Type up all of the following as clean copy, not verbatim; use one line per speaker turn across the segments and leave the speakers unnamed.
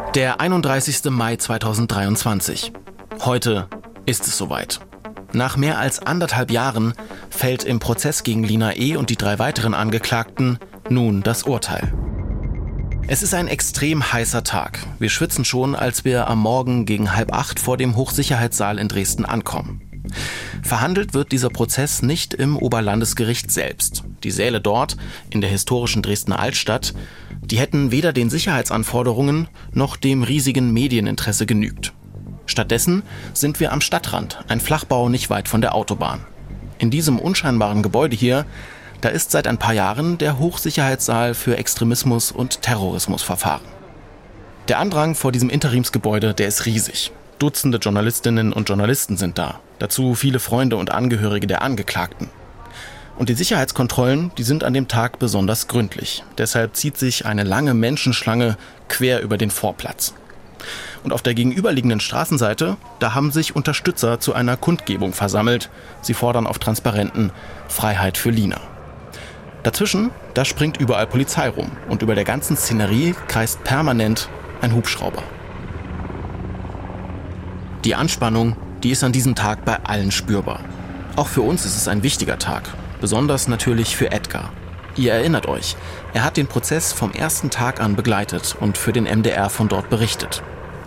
Der 31. Mai 2023. Heute ist es soweit. Nach mehr als 1,5 Jahren fällt im Prozess gegen Lina E. und die 3 weiteren Angeklagten nun das Urteil. Es ist ein extrem heißer Tag. Wir schwitzen schon, als wir am Morgen gegen 7:30 vor dem Hochsicherheitssaal in Dresden ankommen. Verhandelt wird dieser Prozess nicht im Oberlandesgericht selbst. Die Säle dort, in der historischen Dresdner Altstadt, die hätten weder den Sicherheitsanforderungen noch dem riesigen Medieninteresse genügt. Stattdessen sind wir am Stadtrand, ein Flachbau nicht weit von der Autobahn. In diesem unscheinbaren Gebäude hier, da ist seit ein paar Jahren der Hochsicherheitssaal für Extremismus- und Terrorismusverfahren. Der Andrang vor diesem Interimsgebäude, der ist riesig. Dutzende Journalistinnen und Journalisten sind da. Dazu viele Freunde und Angehörige der Angeklagten. Und die Sicherheitskontrollen, die sind an dem Tag besonders gründlich. Deshalb zieht sich eine lange Menschenschlange quer über den Vorplatz. Und auf der gegenüberliegenden Straßenseite, da haben sich Unterstützer zu einer Kundgebung versammelt. Sie fordern auf Transparenten Freiheit für Lina. Dazwischen, da springt überall Polizei rum. Und über der ganzen Szenerie kreist permanent ein Hubschrauber. Die Anspannung, die ist an diesem Tag bei allen spürbar. Auch für uns ist es ein wichtiger Tag. Besonders natürlich für Edgar. Ihr erinnert euch, er hat den Prozess vom ersten Tag an begleitet und für den MDR von dort berichtet.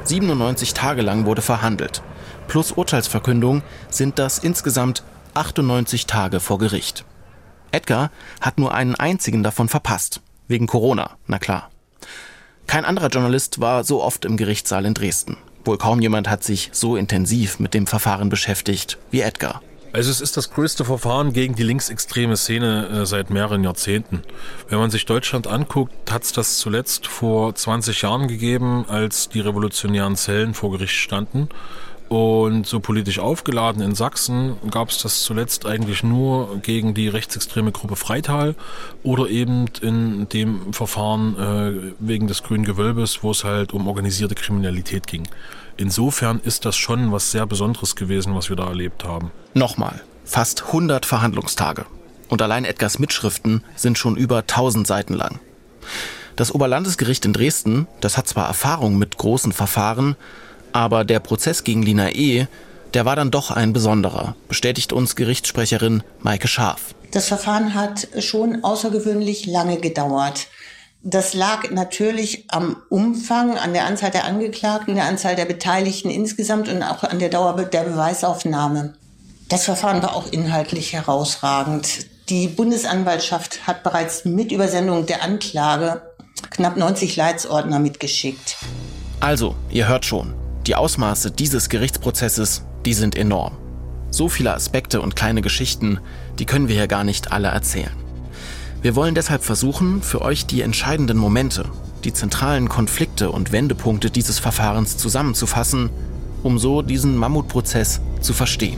97 Tage lang wurde verhandelt. Plus Urteilsverkündung sind das insgesamt 98 Tage vor Gericht. Edgar hat nur einen einzigen davon verpasst. Wegen Corona, na klar. Kein anderer Journalist war so oft im Gerichtssaal in Dresden. Wohl kaum jemand hat sich so intensiv mit dem Verfahren beschäftigt wie Edgar.
Also es ist das größte Verfahren gegen die linksextreme Szene seit mehreren Jahrzehnten. Wenn man sich Deutschland anguckt, hat es das zuletzt vor 20 Jahren gegeben, als die revolutionären Zellen vor Gericht standen. Und so politisch aufgeladen in Sachsen gab es das zuletzt eigentlich nur gegen die rechtsextreme Gruppe Freital oder eben in dem Verfahren wegen des Grünen Gewölbes, wo es halt um organisierte Kriminalität ging. Insofern ist das schon was sehr Besonderes gewesen, was wir da erlebt haben.
Nochmal, fast 100 Verhandlungstage. Und allein Edgars Mitschriften sind schon über 1000 Seiten lang. Das Oberlandesgericht in Dresden, das hat zwar Erfahrung mit großen Verfahren, aber der Prozess gegen Lina E., der war dann doch ein besonderer, bestätigt uns Gerichtssprecherin Maike Scharf.
Das Verfahren hat schon außergewöhnlich lange gedauert. Das lag natürlich am Umfang, an der Anzahl der Angeklagten, der Anzahl der Beteiligten insgesamt und auch an der Dauer der Beweisaufnahme. Das Verfahren war auch inhaltlich herausragend. Die Bundesanwaltschaft hat bereits mit Übersendung der Anklage knapp 90 Leitsordner mitgeschickt.
Also, ihr hört schon, die Ausmaße dieses Gerichtsprozesses, die sind enorm. So viele Aspekte und kleine Geschichten, die können wir hier gar nicht alle erzählen. Wir wollen deshalb versuchen, für euch die entscheidenden Momente, die zentralen Konflikte und Wendepunkte dieses Verfahrens zusammenzufassen, um so diesen Mammutprozess zu verstehen.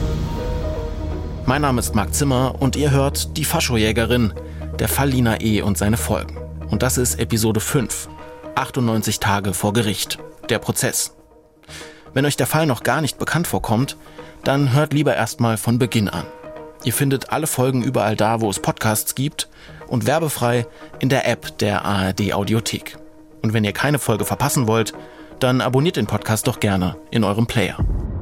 Mein Name ist Marc Zimmer und ihr hört Die Faschojägerin, der Fall Lina E. und seine Folgen. Und das ist Episode 5, 98 Tage vor Gericht, der Prozess. Wenn euch der Fall noch gar nicht bekannt vorkommt, dann hört lieber erstmal von Beginn an. Ihr findet alle Folgen überall da, wo es Podcasts gibt und werbefrei in der App der ARD Audiothek. Und wenn ihr keine Folge verpassen wollt, dann abonniert den Podcast doch gerne in eurem Player.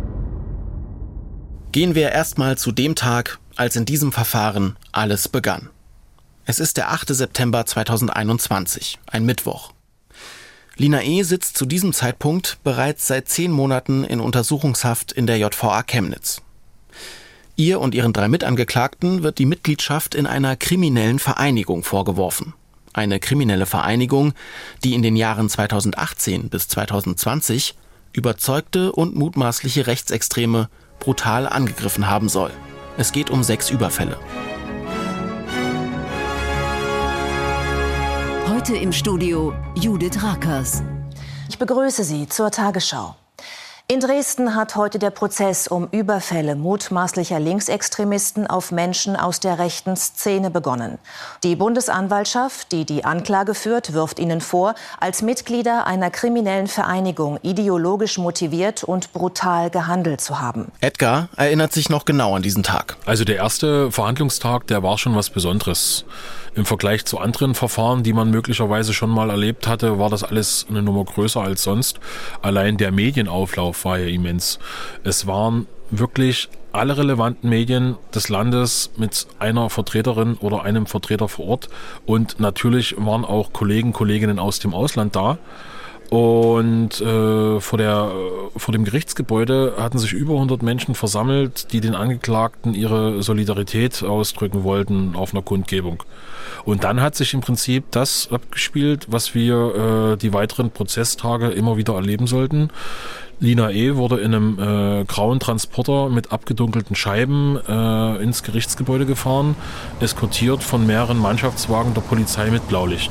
Gehen wir erstmal zu dem Tag, als in diesem Verfahren alles begann. Es ist der 8. September 2021, ein Mittwoch. Lina E. sitzt zu diesem Zeitpunkt bereits seit 10 Monaten in Untersuchungshaft in der JVA Chemnitz. Ihr und ihren 3 Mitangeklagten wird die Mitgliedschaft in einer kriminellen Vereinigung vorgeworfen. Eine kriminelle Vereinigung, die in den Jahren 2018 bis 2020 überzeugte und mutmaßliche Rechtsextreme brutal angegriffen haben soll. Es geht um 6 Überfälle.
Heute im Studio Judith Rakers.
Ich begrüße Sie zur Tagesschau. In Dresden hat heute der Prozess um Überfälle mutmaßlicher Linksextremisten auf Menschen aus der rechten Szene begonnen. Die Bundesanwaltschaft, die die Anklage führt, wirft ihnen vor, als Mitglieder einer kriminellen Vereinigung ideologisch motiviert und brutal gehandelt zu haben.
Edgar erinnert sich noch genau an diesen Tag.
Also der erste Verhandlungstag, der war schon was Besonderes. Im Vergleich zu anderen Verfahren, die man möglicherweise schon mal erlebt hatte, war das alles eine Nummer größer als sonst. Allein der Medienauflauf war ja immens. Es waren wirklich alle relevanten Medien des Landes mit einer Vertreterin oder einem Vertreter vor Ort. Und natürlich waren auch Kolleginnen aus dem Ausland da. Und vor dem Gerichtsgebäude hatten sich über 100 Menschen versammelt, die den Angeklagten ihre Solidarität ausdrücken wollten auf einer Kundgebung. Und dann hat sich im Prinzip das abgespielt, was wir die weiteren Prozesstage immer wieder erleben sollten. Lina E. wurde in einem grauen Transporter mit abgedunkelten Scheiben ins Gerichtsgebäude gefahren, eskortiert von mehreren Mannschaftswagen der Polizei mit Blaulicht.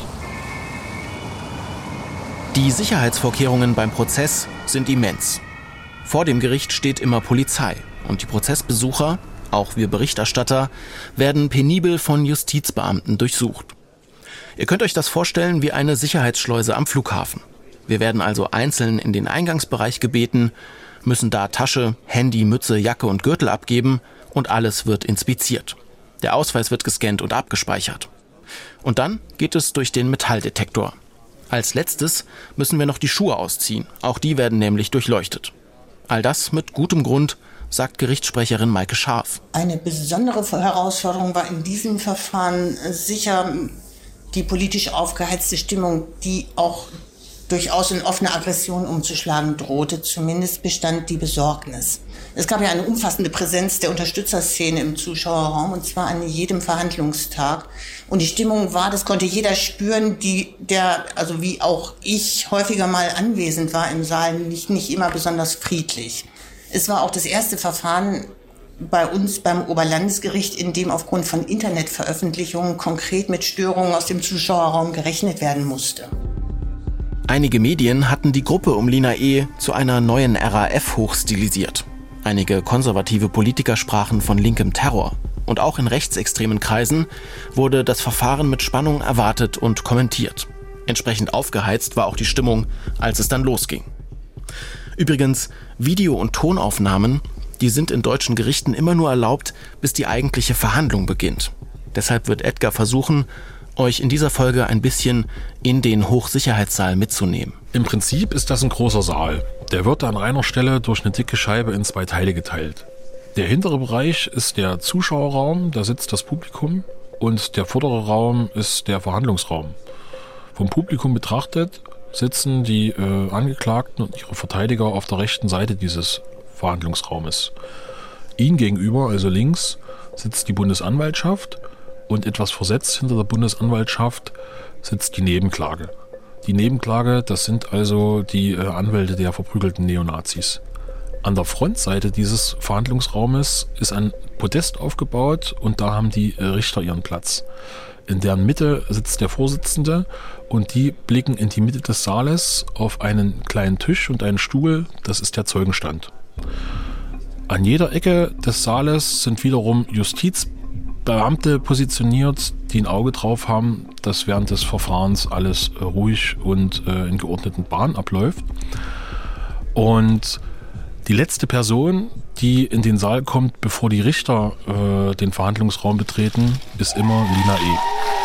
Die Sicherheitsvorkehrungen beim Prozess sind immens. Vor dem Gericht steht immer Polizei und die Prozessbesucher, auch wir Berichterstatter, werden penibel von Justizbeamten durchsucht. Ihr könnt euch das vorstellen wie eine Sicherheitsschleuse am Flughafen. Wir werden also einzeln in den Eingangsbereich gebeten, müssen da Tasche, Handy, Mütze, Jacke und Gürtel abgeben und alles wird inspiziert. Der Ausweis wird gescannt und abgespeichert. Und dann geht es durch den Metalldetektor. Als letztes müssen wir noch die Schuhe ausziehen. Auch die werden nämlich durchleuchtet. All das mit gutem Grund, sagt Gerichtssprecherin Maike Scharf.
Eine besondere Herausforderung war in diesem Verfahren sicher die politisch aufgeheizte Stimmung, die auch durchaus in offene Aggression umzuschlagen drohte. Zumindest bestand die Besorgnis. Es gab ja eine umfassende Präsenz der Unterstützerszene im Zuschauerraum, und zwar an jedem Verhandlungstag. Und die Stimmung war, das konnte jeder spüren, also wie auch ich häufiger mal anwesend war im Saal, nicht immer besonders friedlich. Es war auch das erste Verfahren bei uns beim Oberlandesgericht, in dem aufgrund von Internetveröffentlichungen konkret mit Störungen aus dem Zuschauerraum gerechnet werden musste.
Einige Medien hatten die Gruppe um Lina E. zu einer neuen RAF hochstilisiert. Einige konservative Politiker sprachen von linkem Terror. Und auch in rechtsextremen Kreisen wurde das Verfahren mit Spannung erwartet und kommentiert. Entsprechend aufgeheizt war auch die Stimmung, als es dann losging. Übrigens, Video- und Tonaufnahmen, die sind in deutschen Gerichten immer nur erlaubt, bis die eigentliche Verhandlung beginnt. Deshalb wird Edgar versuchen, euch in dieser Folge ein bisschen in den Hochsicherheitssaal mitzunehmen.
Im Prinzip ist das ein großer Saal. Der wird an einer Stelle durch eine dicke Scheibe in 2 Teile geteilt. Der hintere Bereich ist der Zuschauerraum, da sitzt das Publikum, und der vordere Raum ist der Verhandlungsraum. Vom Publikum betrachtet sitzen die Angeklagten und ihre Verteidiger auf der rechten Seite dieses Verhandlungsraumes. Ihnen gegenüber, also links, sitzt die Bundesanwaltschaft und etwas versetzt hinter der Bundesanwaltschaft sitzt die Nebenklage. Die Nebenklage, das sind also die Anwälte der verprügelten Neonazis. An der Frontseite dieses Verhandlungsraumes ist ein Podest aufgebaut und da haben die Richter ihren Platz. In deren Mitte sitzt der Vorsitzende und die blicken in die Mitte des Saales auf einen kleinen Tisch und einen Stuhl, das ist der Zeugenstand. An jeder Ecke des Saales sind wiederum Justizbeamte positioniert, die ein Auge drauf haben, dass während des Verfahrens alles ruhig und in geordneten Bahnen abläuft. Und die letzte Person, die in den Saal kommt, bevor die Richter den Verhandlungsraum betreten, ist immer Lina E.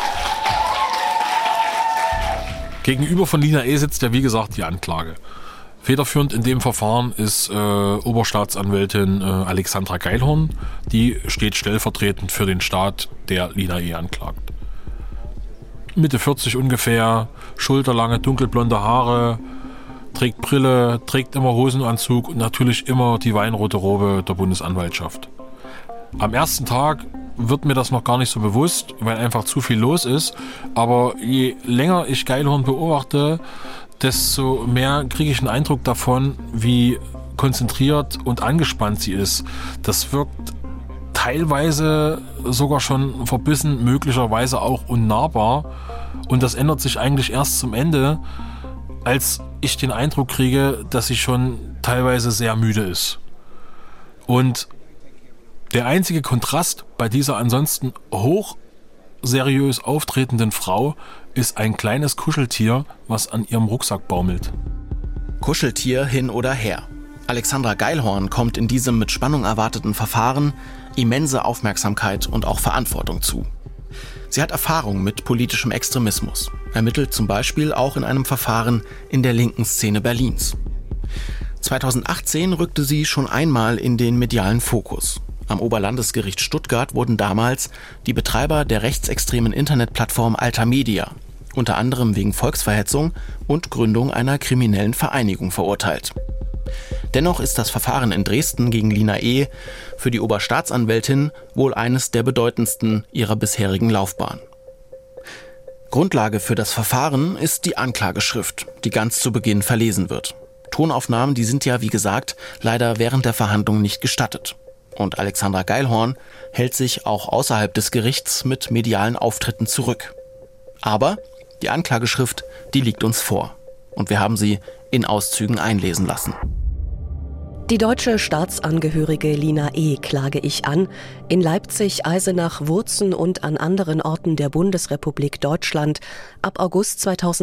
Gegenüber von Lina E. sitzt ja wie gesagt die Anklage. Federführend in dem Verfahren ist Oberstaatsanwältin Alexandra Geilhorn. Die steht stellvertretend für den Staat, der Lina E. anklagt. Mitte 40 ungefähr, schulterlange, dunkelblonde Haare, trägt Brille, trägt immer Hosenanzug und natürlich immer die weinrote Robe der Bundesanwaltschaft. Am ersten Tag wird mir das noch gar nicht so bewusst, weil einfach zu viel los ist. Aber je länger ich Geilhorn beobachte, desto mehr kriege ich einen Eindruck davon, wie konzentriert und angespannt sie ist. Das wirkt teilweise sogar schon verbissen, möglicherweise auch unnahbar. Und das ändert sich eigentlich erst zum Ende, als ich den Eindruck kriege, dass sie schon teilweise sehr müde ist. Und der einzige Kontrast bei dieser ansonsten hochseriös auftretenden Frau ist ein kleines Kuscheltier, was an ihrem Rucksack baumelt.
Kuscheltier hin oder her. Alexandra Geilhorn kommt in diesem mit Spannung erwarteten Verfahren immense Aufmerksamkeit und auch Verantwortung zu. Sie hat Erfahrung mit politischem Extremismus, ermittelt zum Beispiel auch in einem Verfahren in der linken Szene Berlins. 2018 rückte sie schon einmal in den medialen Fokus. Am Oberlandesgericht Stuttgart wurden damals die Betreiber der rechtsextremen Internetplattform Altamedia unter anderem wegen Volksverhetzung und Gründung einer kriminellen Vereinigung verurteilt. Dennoch ist das Verfahren in Dresden gegen Lina E. für die Oberstaatsanwältin wohl eines der bedeutendsten ihrer bisherigen Laufbahn. Grundlage für das Verfahren ist die Anklageschrift, die ganz zu Beginn verlesen wird. Tonaufnahmen, die sind ja, wie gesagt, leider während der Verhandlung nicht gestattet. Und Alexandra Geilhorn hält sich auch außerhalb des Gerichts mit medialen Auftritten zurück. Aber die Anklageschrift, die liegt uns vor. Und wir haben sie in Auszügen einlesen lassen.
Die deutsche Staatsangehörige Lina E. klage ich an, in Leipzig, Eisenach, Wurzen und an anderen Orten der Bundesrepublik Deutschland ab August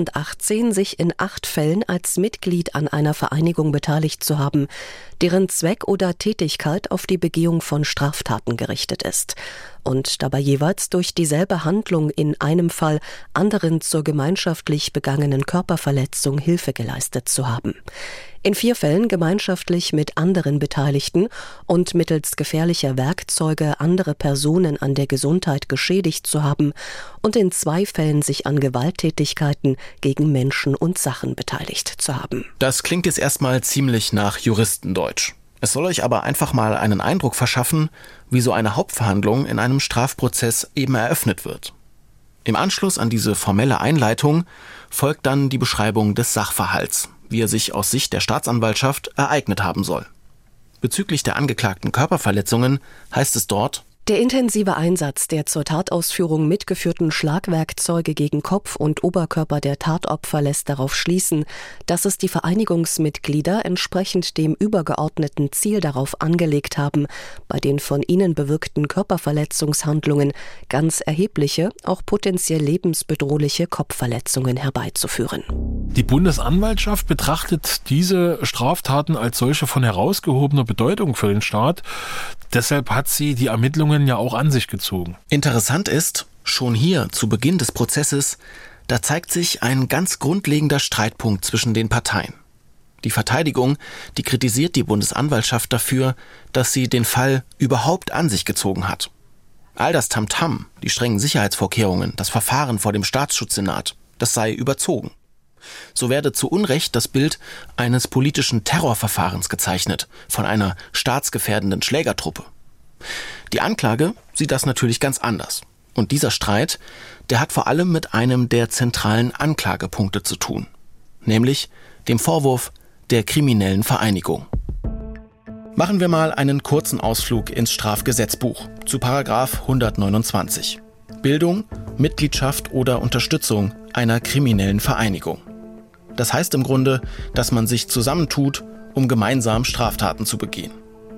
2018 sich in 8 Fällen als Mitglied an einer Vereinigung beteiligt zu haben, deren Zweck oder Tätigkeit auf die Begehung von Straftaten gerichtet ist und dabei jeweils durch dieselbe Handlung in einem Fall anderen zur gemeinschaftlich begangenen Körperverletzung Hilfe geleistet zu haben. In 4 Fällen gemeinschaftlich mit anderen Beteiligten und mittels gefährlicher Werkzeuge andere Personen an der Gesundheit geschädigt zu haben und in 2 Fällen sich an Gewalttätigkeiten gegen Menschen und Sachen beteiligt zu haben.
Das klingt jetzt erstmal ziemlich nach Juristendeutsch. Es soll euch aber einfach mal einen Eindruck verschaffen, wie so eine Hauptverhandlung in einem Strafprozess eben eröffnet wird. Im Anschluss an diese formelle Einleitung folgt dann die Beschreibung des Sachverhalts, wie er sich aus Sicht der Staatsanwaltschaft ereignet haben soll. Bezüglich der angeklagten Körperverletzungen heißt es dort:
Der intensive Einsatz der zur Tatausführung mitgeführten Schlagwerkzeuge gegen Kopf und Oberkörper der Tatopfer lässt darauf schließen, dass es die Vereinigungsmitglieder entsprechend dem übergeordneten Ziel darauf angelegt haben, bei den von ihnen bewirkten Körperverletzungshandlungen ganz erhebliche, auch potenziell lebensbedrohliche Kopfverletzungen herbeizuführen.
Die Bundesanwaltschaft betrachtet diese Straftaten als solche von herausgehobener Bedeutung für den Staat. Deshalb hat sie die Ermittlungen ja auch an sich gezogen.
Interessant ist, schon hier zu Beginn des Prozesses, da zeigt sich ein ganz grundlegender Streitpunkt zwischen den Parteien. Die Verteidigung, die kritisiert die Bundesanwaltschaft dafür, dass sie den Fall überhaupt an sich gezogen hat. All das Tamtam, die strengen Sicherheitsvorkehrungen, das Verfahren vor dem Staatsschutzsenat, das sei überzogen. So werde zu Unrecht das Bild eines politischen Terrorverfahrens gezeichnet, von einer staatsgefährdenden Schlägertruppe. Die Anklage sieht das natürlich ganz anders. Und dieser Streit, der hat vor allem mit einem der zentralen Anklagepunkte zu tun, nämlich dem Vorwurf der kriminellen Vereinigung. Machen wir mal einen kurzen Ausflug ins Strafgesetzbuch zu Paragraph 129. Bildung, Mitgliedschaft oder Unterstützung einer kriminellen Vereinigung. Das heißt im Grunde, dass man sich zusammentut, um gemeinsam Straftaten zu begehen.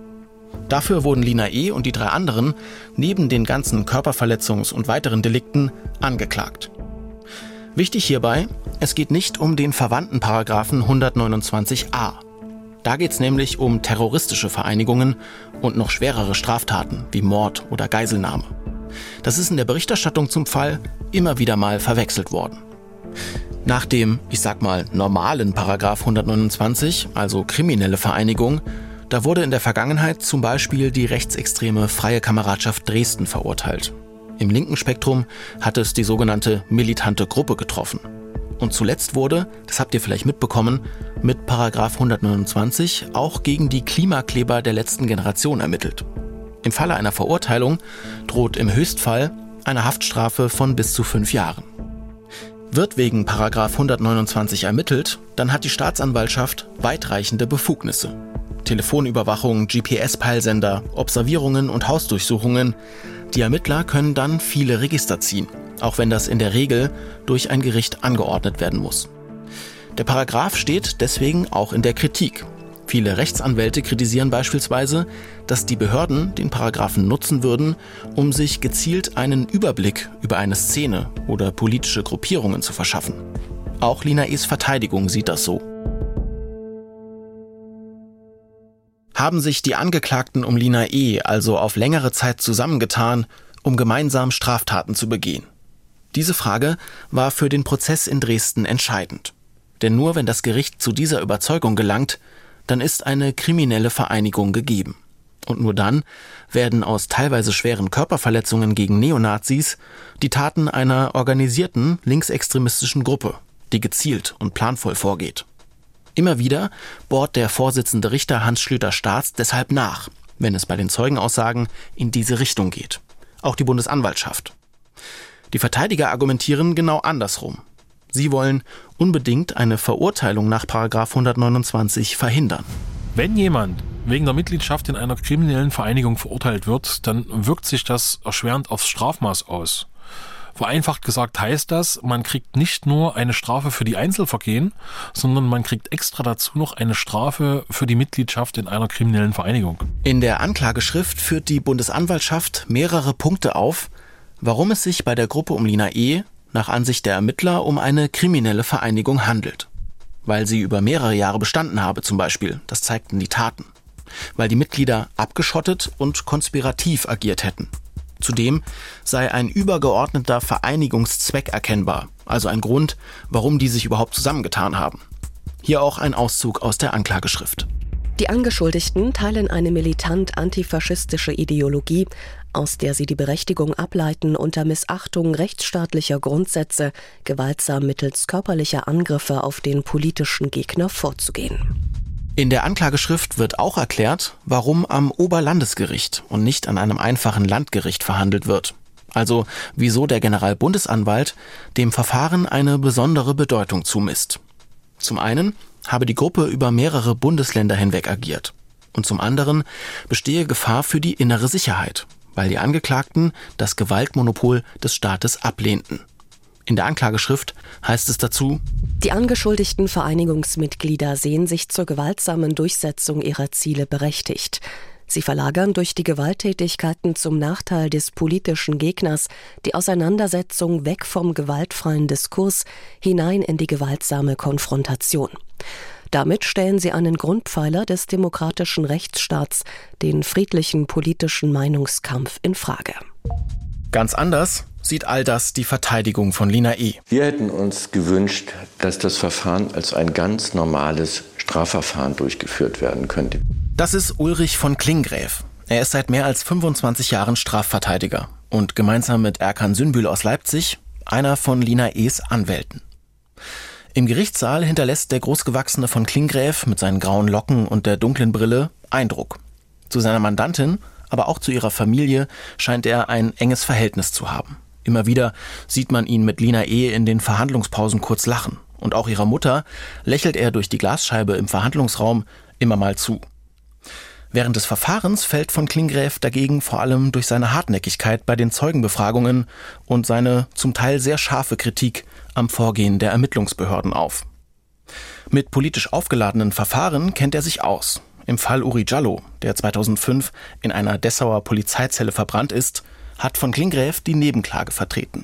Dafür wurden Lina E. und die 3 anderen neben den ganzen Körperverletzungs- und weiteren Delikten angeklagt. Wichtig hierbei, es geht nicht um den verwandten Paragraphen 129a. Da geht es nämlich um terroristische Vereinigungen und noch schwerere Straftaten wie Mord oder Geiselnahme. Das ist in der Berichterstattung zum Fall immer wieder mal verwechselt worden. Nach dem, ich sag mal, normalen Paragraph 129, also kriminelle Vereinigung, da wurde in der Vergangenheit zum Beispiel die rechtsextreme Freie Kameradschaft Dresden verurteilt. Im linken Spektrum hat es die sogenannte militante Gruppe getroffen. Und zuletzt wurde, das habt ihr vielleicht mitbekommen, mit Paragraph 129 auch gegen die Klimakleber der letzten Generation ermittelt. Im Falle einer Verurteilung droht im Höchstfall eine Haftstrafe von bis zu 5 Jahren. Wird wegen Paragraph 129 ermittelt, dann hat die Staatsanwaltschaft weitreichende Befugnisse. Telefonüberwachung, GPS-Peilsender, Observierungen und Hausdurchsuchungen. Die Ermittler können dann viele Register ziehen, auch wenn das in der Regel durch ein Gericht angeordnet werden muss. Der Paragraph steht deswegen auch in der Kritik. Viele Rechtsanwälte kritisieren beispielsweise, dass die Behörden den Paragraphen nutzen würden, um sich gezielt einen Überblick über eine Szene oder politische Gruppierungen zu verschaffen. Auch Lina E.s Verteidigung sieht das so. Haben sich die Angeklagten um Lina E. also auf längere Zeit zusammengetan, um gemeinsam Straftaten zu begehen? Diese Frage war für den Prozess in Dresden entscheidend. Denn nur wenn das Gericht zu dieser Überzeugung gelangt, dann ist eine kriminelle Vereinigung gegeben. Und nur dann werden aus teilweise schweren Körperverletzungen gegen Neonazis die Taten einer organisierten linksextremistischen Gruppe, die gezielt und planvoll vorgeht. Immer wieder bohrt der Vorsitzende Richter Hans Schlüter-Staats deshalb nach, wenn es bei den Zeugenaussagen in diese Richtung geht. Auch die Bundesanwaltschaft. Die Verteidiger argumentieren genau andersrum. Sie wollen unbedingt eine Verurteilung nach § 129 verhindern.
Wenn jemand wegen der Mitgliedschaft in einer kriminellen Vereinigung verurteilt wird, dann wirkt sich das erschwerend aufs Strafmaß aus. Vereinfacht gesagt heißt das, man kriegt nicht nur eine Strafe für die Einzelvergehen, sondern man kriegt extra dazu noch eine Strafe für die Mitgliedschaft in einer kriminellen Vereinigung.
In der Anklageschrift führt die Bundesanwaltschaft mehrere Punkte auf, warum es sich bei der Gruppe um Lina E. nach Ansicht der Ermittler um eine kriminelle Vereinigung handelt. Weil sie über mehrere Jahre bestanden habe zum Beispiel, das zeigten die Taten. Weil die Mitglieder abgeschottet und konspirativ agiert hätten. Zudem sei ein übergeordneter Vereinigungszweck erkennbar, also ein Grund, warum die sich überhaupt zusammengetan haben. Hier auch ein Auszug aus der Anklageschrift.
Die Angeschuldigten teilen eine militant antifaschistische Ideologie, aus der sie die Berechtigung ableiten, unter Missachtung rechtsstaatlicher Grundsätze gewaltsam mittels körperlicher Angriffe auf den politischen Gegner vorzugehen.
In der Anklageschrift wird auch erklärt, warum am Oberlandesgericht und nicht an einem einfachen Landgericht verhandelt wird. Also wieso der Generalbundesanwalt dem Verfahren eine besondere Bedeutung zumisst. Zum einen habe die Gruppe über mehrere Bundesländer hinweg agiert. Und zum anderen bestehe Gefahr für die innere Sicherheit, weil die Angeklagten das Gewaltmonopol des Staates ablehnten. In der Anklageschrift heißt es dazu:
Die angeschuldigten Vereinigungsmitglieder sehen sich zur gewaltsamen Durchsetzung ihrer Ziele berechtigt. Sie verlagern durch die Gewalttätigkeiten zum Nachteil des politischen Gegners die Auseinandersetzung weg vom gewaltfreien Diskurs hinein in die gewaltsame Konfrontation. Damit stellen sie einen Grundpfeiler des demokratischen Rechtsstaats, den friedlichen politischen Meinungskampf, in Frage.
Ganz anders sieht all das die Verteidigung von Lina E.
Wir hätten uns gewünscht, dass das Verfahren als ein ganz normales Strafverfahren durchgeführt werden könnte.
Das ist Ulrich von Klinggräf. Er ist seit mehr als 25 Jahren Strafverteidiger und gemeinsam mit Erkan Sünbül aus Leipzig einer von Lina E.'s Anwälten. Im Gerichtssaal hinterlässt der Großgewachsene von Klinggräf mit seinen grauen Locken und der dunklen Brille Eindruck. Zu seiner Mandantin, aber auch zu ihrer Familie scheint er ein enges Verhältnis zu haben. Immer wieder sieht man ihn mit Lina E. in den Verhandlungspausen kurz lachen. Und auch ihrer Mutter lächelt er durch die Glasscheibe im Verhandlungsraum immer mal zu. Während des Verfahrens fällt von Klinggräf dagegen vor allem durch seine Hartnäckigkeit bei den Zeugenbefragungen und seine zum Teil sehr scharfe Kritik am Vorgehen der Ermittlungsbehörden auf. Mit politisch aufgeladenen Verfahren kennt er sich aus. Im Fall Uri Jallo, der 2005 in einer Dessauer Polizeizelle verbrannt ist, hat von Klinggräf die Nebenklage vertreten.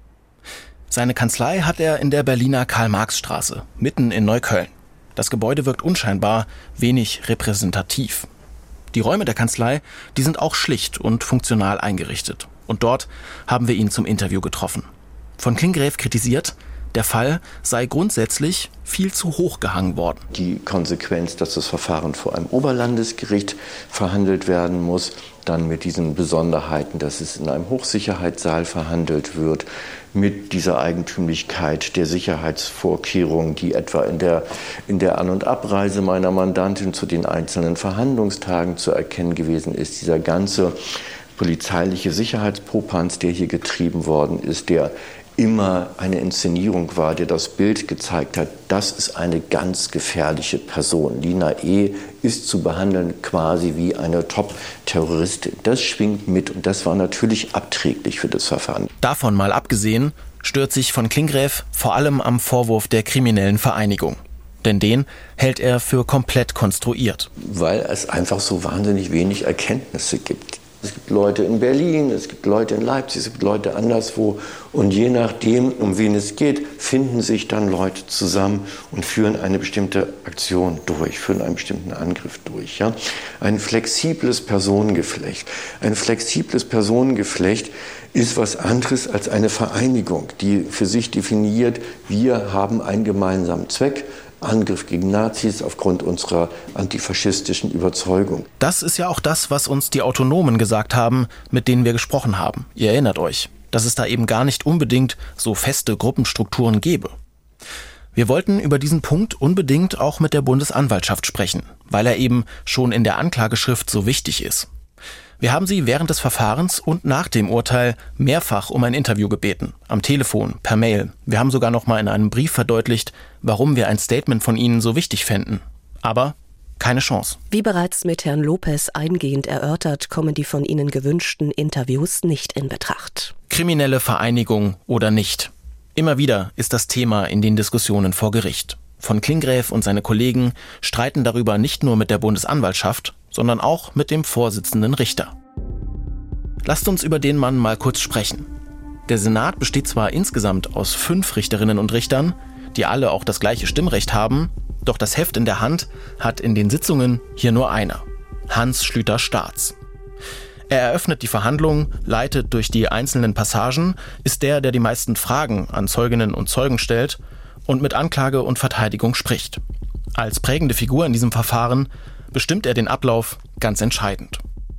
Seine Kanzlei hat er in der Berliner Karl-Marx-Straße, mitten in Neukölln. Das Gebäude wirkt unscheinbar, wenig repräsentativ. Die Räume der Kanzlei, die sind auch schlicht und funktional eingerichtet. Und dort haben wir ihn zum Interview getroffen. Von Klinggräf kritisiert, der Fall sei grundsätzlich viel zu hoch gehangen worden.
Die Konsequenz, dass das Verfahren vor einem Oberlandesgericht verhandelt werden muss, dann mit diesen Besonderheiten, dass es in einem Hochsicherheitssaal verhandelt wird, mit dieser Eigentümlichkeit der Sicherheitsvorkehrungen, die etwa in der An- und Abreise meiner Mandantin zu den einzelnen Verhandlungstagen zu erkennen gewesen ist. Dieser ganze polizeiliche Sicherheitspopanz, der hier getrieben worden ist, der immer eine Inszenierung war, der das Bild gezeigt hat, das ist eine ganz gefährliche Person. Lina E. ist zu behandeln quasi wie eine Top-Terroristin. Das schwingt mit und das war natürlich abträglich für das Verfahren.
Davon mal abgesehen, stört sich von Klinggräf vor allem am Vorwurf der kriminellen Vereinigung. Denn den hält er für komplett konstruiert.
Weil es einfach so wahnsinnig wenig Erkenntnisse gibt. Es gibt Leute in Berlin, es gibt Leute in Leipzig, es gibt Leute anderswo. Und je nachdem, um wen es geht, finden sich dann Leute zusammen und führen eine bestimmte Aktion durch, führen einen bestimmten Angriff durch. Ja? Ein flexibles Personengeflecht. Ein flexibles Personengeflecht ist was anderes als eine Vereinigung, die für sich definiert, wir haben einen gemeinsamen Zweck, Angriff gegen Nazis aufgrund unserer antifaschistischen Überzeugung.
Das ist ja auch das, was uns die Autonomen gesagt haben, mit denen wir gesprochen haben. Ihr erinnert euch, dass es da eben gar nicht unbedingt so feste Gruppenstrukturen gäbe. Wir wollten über diesen Punkt unbedingt auch mit der Bundesanwaltschaft sprechen, weil er eben schon in der Anklageschrift so wichtig ist. Wir haben sie während des Verfahrens und nach dem Urteil mehrfach um ein Interview gebeten. Am Telefon, per Mail. Wir haben sogar noch mal in einem Brief verdeutlicht, warum wir ein Statement von ihnen so wichtig fänden. Aber keine Chance.
Wie bereits mit Herrn Lopez eingehend erörtert, kommen die von Ihnen gewünschten Interviews nicht in Betracht.
Kriminelle Vereinigung oder nicht. Immer wieder ist das Thema in den Diskussionen vor Gericht. Von Klingräf und seine Kollegen streiten darüber nicht nur mit der Bundesanwaltschaft, sondern auch mit dem Vorsitzenden Richter. Lasst uns über den Mann mal kurz sprechen. Der Senat besteht zwar insgesamt aus 5 Richterinnen und Richtern, die alle auch das gleiche Stimmrecht haben, doch das Heft in der Hand hat in den Sitzungen hier nur einer: Hans Schlüter-Staats. Er eröffnet die Verhandlung, leitet durch die einzelnen Passagen, ist der die meisten Fragen an Zeuginnen und Zeugen stellt und mit Anklage und Verteidigung spricht. Als prägende Figur in diesem Verfahren bestimmt er den Ablauf ganz entscheidend.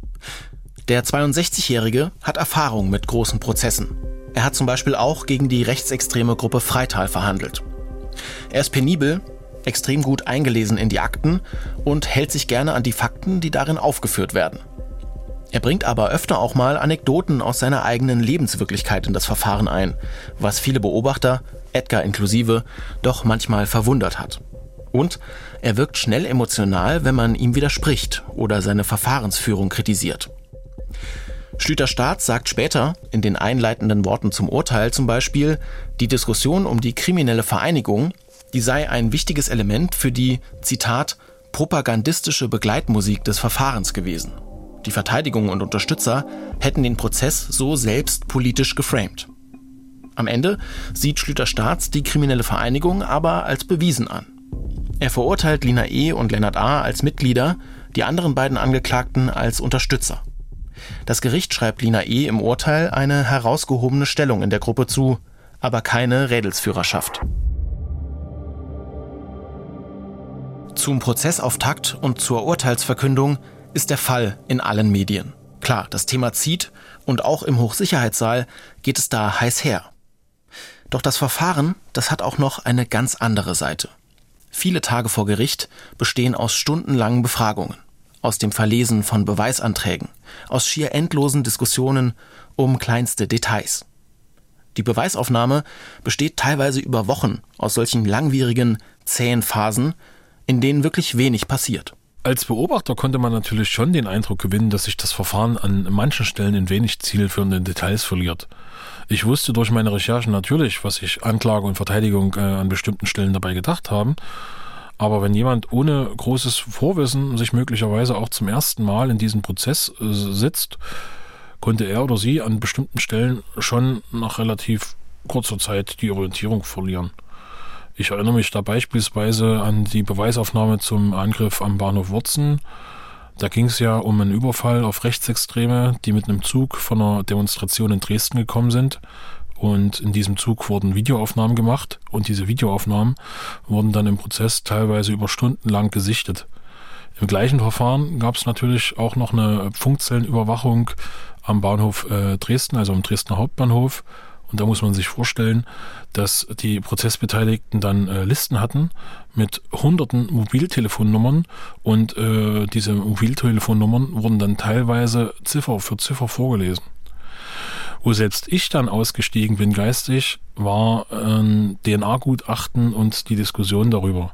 Der 62-Jährige hat Erfahrung mit großen Prozessen. Er hat zum Beispiel auch gegen die rechtsextreme Gruppe Freital verhandelt. Er ist penibel, extrem gut eingelesen in die Akten und hält sich gerne an die Fakten, die darin aufgeführt werden. Er bringt aber öfter auch mal Anekdoten aus seiner eigenen Lebenswirklichkeit in das Verfahren ein, was viele Beobachter, Edgar inklusive, doch manchmal verwundert hat. Und er wirkt schnell emotional, wenn man ihm widerspricht oder seine Verfahrensführung kritisiert. Schlüter-Staats sagt später, in den einleitenden Worten zum Urteil zum Beispiel, die Diskussion um die kriminelle Vereinigung, die sei ein wichtiges Element für die, Zitat, propagandistische Begleitmusik des Verfahrens gewesen. Die Verteidigung und Unterstützer hätten den Prozess so selbst politisch geframed. Am Ende sieht Schlüter-Staats die kriminelle Vereinigung aber als bewiesen an. Er verurteilt Lina E. und Lennart A. als Mitglieder, die anderen beiden Angeklagten als Unterstützer. Das Gericht schreibt Lina E. im Urteil eine herausgehobene Stellung in der Gruppe zu, aber keine Rädelsführerschaft. Zum Prozessauftakt und zur Urteilsverkündung ist der Fall in allen Medien. Klar, das Thema zieht und auch im Hochsicherheitssaal geht es da heiß her. Doch das Verfahren, das hat auch noch eine ganz andere Seite. Viele Tage vor Gericht bestehen aus stundenlangen Befragungen, aus dem Verlesen von Beweisanträgen, aus schier endlosen Diskussionen um kleinste Details. Die Beweisaufnahme besteht teilweise über Wochen aus solchen langwierigen, zähen Phasen, in denen wirklich wenig passiert.
Als Beobachter konnte man natürlich schon den Eindruck gewinnen, dass sich das Verfahren an manchen Stellen in wenig zielführenden Details verliert. Ich wusste durch meine Recherchen natürlich, was sich Anklage und Verteidigung an bestimmten Stellen dabei gedacht haben. Aber wenn jemand ohne großes Vorwissen sich möglicherweise auch zum ersten Mal in diesen Prozess sitzt, konnte er oder sie an bestimmten Stellen schon nach relativ kurzer Zeit die Orientierung verlieren. Ich erinnere mich da beispielsweise an die Beweisaufnahme zum Angriff am Bahnhof Wurzen. Da ging es ja um einen Überfall auf Rechtsextreme, die mit einem Zug von einer Demonstration in Dresden gekommen sind. Und in diesem Zug wurden Videoaufnahmen gemacht und diese Videoaufnahmen wurden dann im Prozess teilweise über Stunden lang gesichtet. Im gleichen Verfahren gab es natürlich auch noch eine Funkzellenüberwachung am Bahnhof Dresden, also am Dresdner Hauptbahnhof. Und da muss man sich vorstellen, dass die Prozessbeteiligten dann Listen hatten mit hunderten Mobiltelefonnummern und diese Mobiltelefonnummern wurden dann teilweise Ziffer für Ziffer vorgelesen. Wo selbst ich dann ausgestiegen bin geistig, war ein DNA-Gutachten und die Diskussion darüber.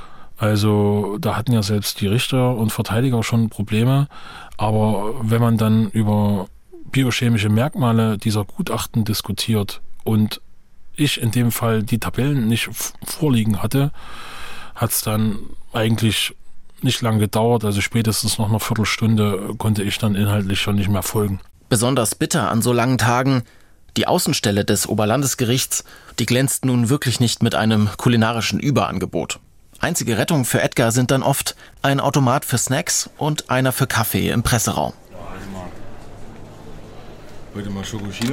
Also da hatten ja selbst die Richter und Verteidiger schon Probleme, aber wenn man dann über biochemische Merkmale dieser Gutachten diskutiert und ich in dem Fall die Tabellen nicht vorliegen hatte, hat es dann eigentlich nicht lang gedauert, also spätestens nach einer Viertelstunde konnte ich dann inhaltlich schon nicht mehr folgen.
Besonders bitter an so langen Tagen: die Außenstelle des Oberlandesgerichts, die glänzt nun wirklich nicht mit einem kulinarischen Überangebot. Einzige Rettung für Edgar sind dann oft ein Automat für Snacks und einer für Kaffee im Presseraum.
Heute mal Schokochino.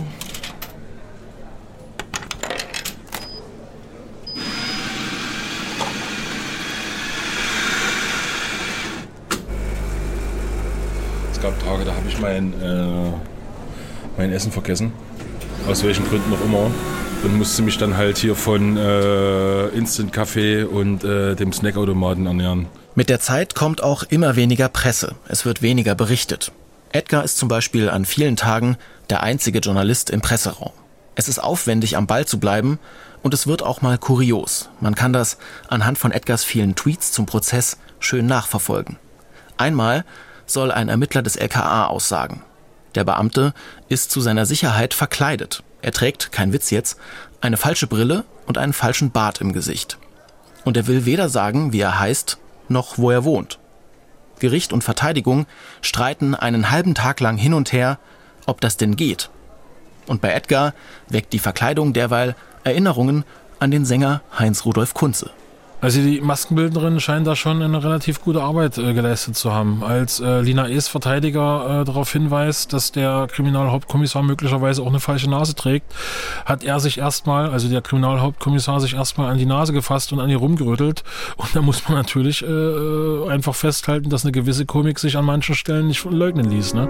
Es gab Tage, da habe ich mein Essen vergessen. Aus welchen Gründen auch immer. Und musste mich dann halt hier von Instant-Kaffee und dem Snackautomaten ernähren.
Mit der Zeit kommt auch immer weniger Presse. Es wird weniger berichtet. Edgar ist zum Beispiel an vielen Tagen der einzige Journalist im Presseraum. Es ist aufwendig, am Ball zu bleiben, und es wird auch mal kurios. Man kann das anhand von Edgars vielen Tweets zum Prozess schön nachverfolgen. Einmal soll ein Ermittler des LKA aussagen. Der Beamte ist zu seiner Sicherheit verkleidet. Er trägt, kein Witz jetzt, eine falsche Brille und einen falschen Bart im Gesicht. Und er will weder sagen, wie er heißt, noch wo er wohnt. Gericht und Verteidigung streiten einen halben Tag lang hin und her, ob das denn geht. Und bei Edgar weckt die Verkleidung derweil Erinnerungen an den Sänger Heinz Rudolf Kunze.
Also die Maskenbildnerin scheint da schon eine relativ gute Arbeit geleistet zu haben. Als Lina E.'s Verteidiger darauf hinweist, dass der Kriminalhauptkommissar möglicherweise auch eine falsche Nase trägt, hat er sich erstmal, also der Kriminalhauptkommissar, sich erstmal an die Nase gefasst und an ihr rumgerüttelt. Und da muss man natürlich einfach festhalten, dass eine gewisse Komik sich an manchen Stellen nicht leugnen ließ, ne?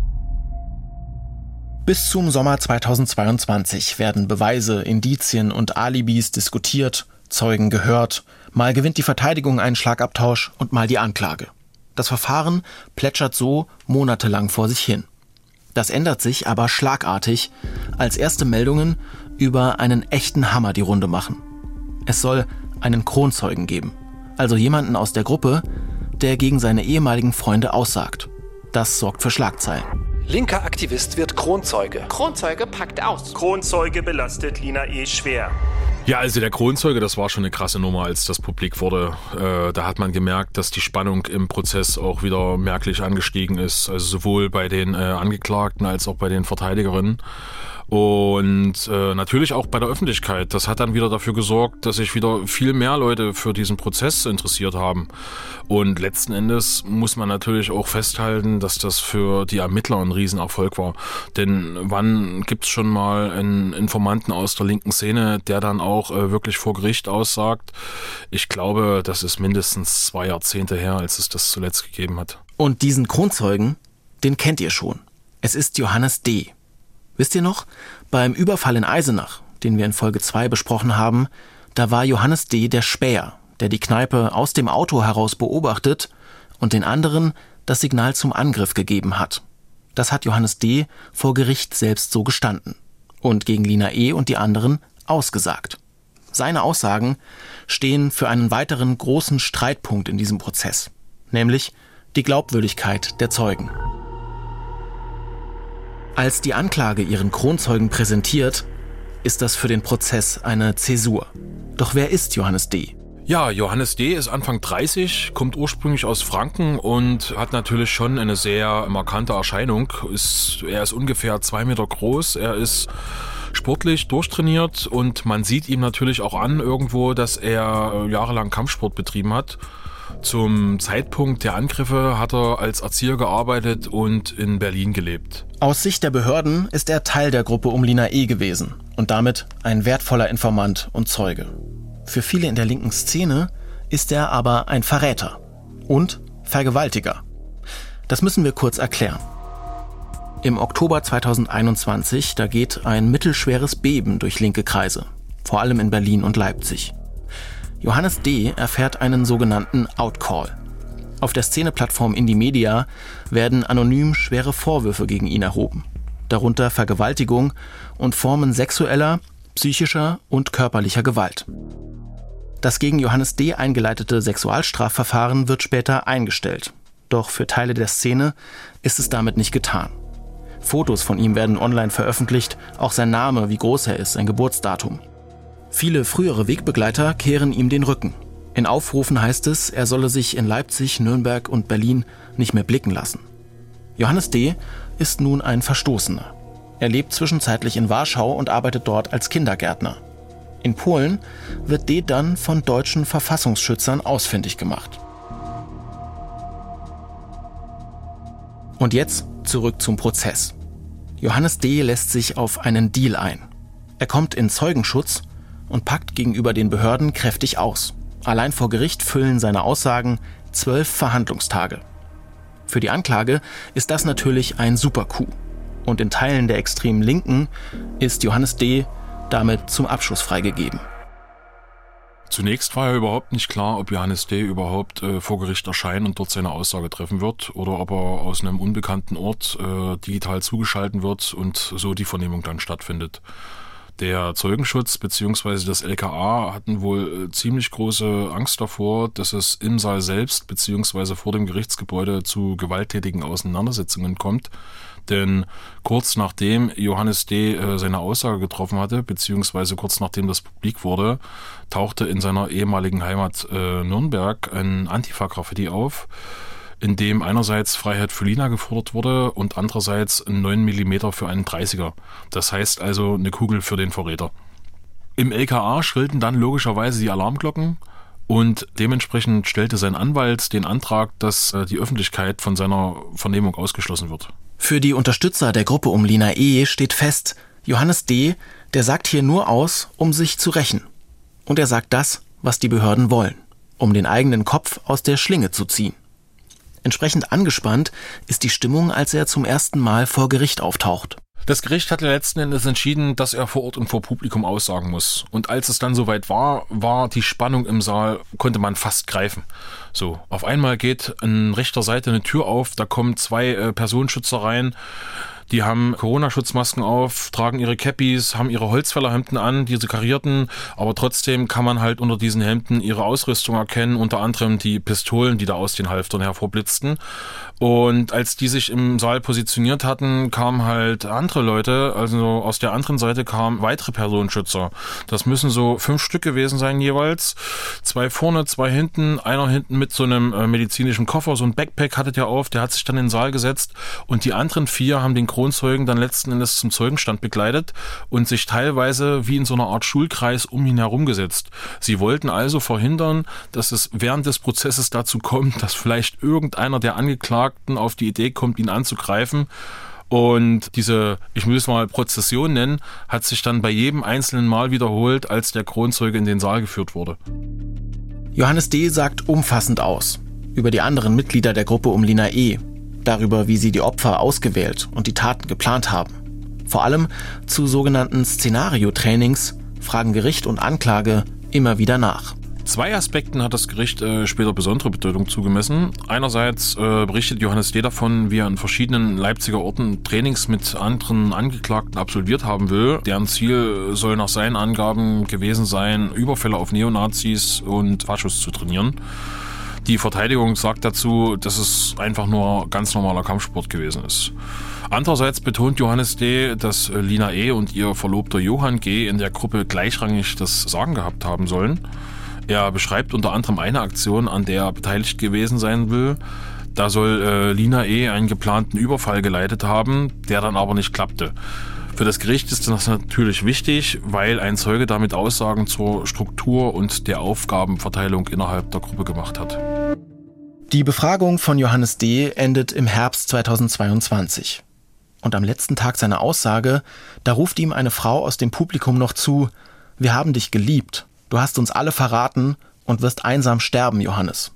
Bis zum Sommer 2022 werden Beweise, Indizien und Alibis diskutiert, Zeugen gehört, mal gewinnt die Verteidigung einen Schlagabtausch und mal die Anklage. Das Verfahren plätschert so monatelang vor sich hin. Das ändert sich aber schlagartig, als erste Meldungen über einen echten Hammer die Runde machen. Es soll einen Kronzeugen geben, also jemanden aus der Gruppe, der gegen seine ehemaligen Freunde aussagt. Das sorgt für Schlagzeilen.
Linker Aktivist wird Kronzeuge.
Kronzeuge packt aus.
Kronzeuge belastet Lina E. schwer.
Ja, also der Kronzeuge, das war schon eine krasse Nummer, als das publik wurde. Da hat man gemerkt, dass die Spannung im Prozess auch wieder merklich angestiegen ist. Also sowohl bei den Angeklagten als auch bei den Verteidigerinnen. Und natürlich auch bei der Öffentlichkeit. Das hat dann wieder dafür gesorgt, dass sich wieder viel mehr Leute für diesen Prozess interessiert haben. Und letzten Endes muss man natürlich auch festhalten, dass das für die Ermittler ein Riesenerfolg war. Denn wann gibt's schon mal einen Informanten aus der linken Szene, der dann auch wirklich vor Gericht aussagt? Ich glaube, das ist mindestens 2 Jahrzehnte her, als es das zuletzt gegeben hat.
Und diesen Kronzeugen, den kennt ihr schon. Es ist Johannes D. Wisst ihr noch? Beim Überfall in Eisenach, den wir in Folge 2 besprochen haben, da war Johannes D. der Späher, der die Kneipe aus dem Auto heraus beobachtet und den anderen das Signal zum Angriff gegeben hat. Das hat Johannes D. vor Gericht selbst so gestanden und gegen Lina E. und die anderen ausgesagt. Seine Aussagen stehen für einen weiteren großen Streitpunkt in diesem Prozess, nämlich die Glaubwürdigkeit der Zeugen. Als die Anklage ihren Kronzeugen präsentiert, ist das für den Prozess eine Zäsur. Doch wer ist Johannes D.?
Ja, Johannes D. ist Anfang 30, kommt ursprünglich aus Franken und hat natürlich schon eine sehr markante Erscheinung. Er ist ungefähr 2 Meter groß, er ist sportlich durchtrainiert und man sieht ihm natürlich auch an irgendwo, dass er jahrelang Kampfsport betrieben hat. Zum Zeitpunkt der Angriffe hat er als Erzieher gearbeitet und in Berlin gelebt.
Aus Sicht der Behörden ist er Teil der Gruppe um Lina E. gewesen und damit ein wertvoller Informant und Zeuge. Für viele in der linken Szene ist er aber ein Verräter und Vergewaltiger. Das müssen wir kurz erklären. Im Oktober 2021, da geht ein mittelschweres Beben durch linke Kreise, vor allem in Berlin und Leipzig. Johannes D. erfährt einen sogenannten Outcall. Auf der Szeneplattform Indymedia werden anonym schwere Vorwürfe gegen ihn erhoben, darunter Vergewaltigung und Formen sexueller, psychischer und körperlicher Gewalt. Das gegen Johannes D. eingeleitete Sexualstrafverfahren wird später eingestellt. Doch für Teile der Szene ist es damit nicht getan. Fotos von ihm werden online veröffentlicht, auch sein Name, wie groß er ist, sein Geburtsdatum. Viele frühere Wegbegleiter kehren ihm den Rücken. In Aufrufen heißt es, er solle sich in Leipzig, Nürnberg und Berlin nicht mehr blicken lassen. Johannes D. ist nun ein Verstoßener. Er lebt zwischenzeitlich in Warschau und arbeitet dort als Kindergärtner. In Polen wird D. dann von deutschen Verfassungsschützern ausfindig gemacht. Und jetzt zurück zum Prozess. Johannes D. lässt sich auf einen Deal ein. Er kommt in Zeugenschutz und packt gegenüber den Behörden kräftig aus. Allein vor Gericht füllen seine Aussagen 12 Verhandlungstage. Für die Anklage ist das natürlich ein Super-Coup. Und in Teilen der extremen Linken ist Johannes D. damit zum Abschuss freigegeben.
Zunächst war ja überhaupt nicht klar, ob Johannes D. überhaupt vor Gericht erscheinen und dort seine Aussage treffen wird oder ob er aus einem unbekannten Ort digital zugeschaltet wird und so die Vernehmung dann stattfindet. Der Zeugenschutz bzw. das LKA hatten wohl ziemlich große Angst davor, dass es im Saal selbst bzw. vor dem Gerichtsgebäude zu gewalttätigen Auseinandersetzungen kommt. Denn kurz nachdem Johannes D. seine Aussage getroffen hatte, beziehungsweise kurz nachdem das publik wurde, tauchte in seiner ehemaligen Heimat Nürnberg ein Antifa-Graffiti auf, in dem einerseits Freiheit für Lina gefordert wurde und andererseits 9 mm für einen 30er. Das heißt also eine Kugel für den Verräter. Im LKA schrillten dann logischerweise die Alarmglocken und dementsprechend stellte sein Anwalt den Antrag, dass die Öffentlichkeit von seiner Vernehmung ausgeschlossen wird.
Für die Unterstützer der Gruppe um Lina E. steht fest, Johannes D., der sagt hier nur aus, um sich zu rächen. Und er sagt das, was die Behörden wollen, um den eigenen Kopf aus der Schlinge zu ziehen. Entsprechend angespannt ist die Stimmung, als er zum ersten Mal vor Gericht auftaucht.
Das Gericht hatte letzten Endes entschieden, dass er vor Ort und vor Publikum aussagen muss. Und als es dann soweit war die Spannung im Saal, konnte man fast greifen. So, auf einmal geht an rechter Seite eine Tür auf, da kommen 2 Personenschützer rein. Die haben Corona-Schutzmasken auf, tragen ihre Cappies, haben ihre Holzfällerhemden an, diese karierten, aber trotzdem kann man halt unter diesen Hemden ihre Ausrüstung erkennen, unter anderem die Pistolen, die da aus den Halftern hervorblitzten. Und als die sich im Saal positioniert hatten, kamen halt andere Leute, also aus der anderen Seite kamen weitere Personenschützer. Das müssen so 5 Stück gewesen sein jeweils. 2 vorne, 2 hinten, einer hinten mit so einem medizinischen Koffer, so ein Backpack hatte der auf, der hat sich dann in den Saal gesetzt und die anderen 4 haben den Kronzeugen dann letzten Endes zum Zeugenstand begleitet und sich teilweise wie in so einer Art Schulkreis um ihn herum gesetzt. Sie wollten also verhindern, dass es während des Prozesses dazu kommt, dass vielleicht irgendeiner der Angeklagten auf die Idee kommt, ihn anzugreifen. Und diese, ich will es mal Prozession nennen, hat sich dann bei jedem einzelnen Mal wiederholt, als der Kronzeuge in den Saal geführt wurde.
Johannes D. sagt umfassend aus über die anderen Mitglieder der Gruppe um Lina E., darüber, wie sie die Opfer ausgewählt und die Taten geplant haben. Vor allem zu sogenannten Szenario-Trainings fragen Gericht und Anklage immer wieder nach.
2 Aspekten hat das Gericht später besondere Bedeutung zugemessen. Einerseits berichtet Johannes D. davon, wie er in verschiedenen Leipziger Orten Trainings mit anderen Angeklagten absolviert haben will. Deren Ziel soll nach seinen Angaben gewesen sein, Überfälle auf Neonazis und Faschos zu trainieren. Die Verteidigung sagt dazu, dass es einfach nur ganz normaler Kampfsport gewesen ist. Andererseits betont Johannes D., dass Lina E. und ihr Verlobter Johann G. in der Gruppe gleichrangig das Sagen gehabt haben sollen. Er beschreibt unter anderem eine Aktion, an der er beteiligt gewesen sein will. Da soll Lina E. einen geplanten Überfall geleitet haben, der dann aber nicht klappte. Für das Gericht ist das natürlich wichtig, weil ein Zeuge damit Aussagen zur Struktur und der Aufgabenverteilung innerhalb der Gruppe gemacht hat.
Die Befragung von Johannes D. endet im Herbst 2022. Und am letzten Tag seiner Aussage, da ruft ihm eine Frau aus dem Publikum noch zu: Wir haben dich geliebt, du hast uns alle verraten und wirst einsam sterben, Johannes.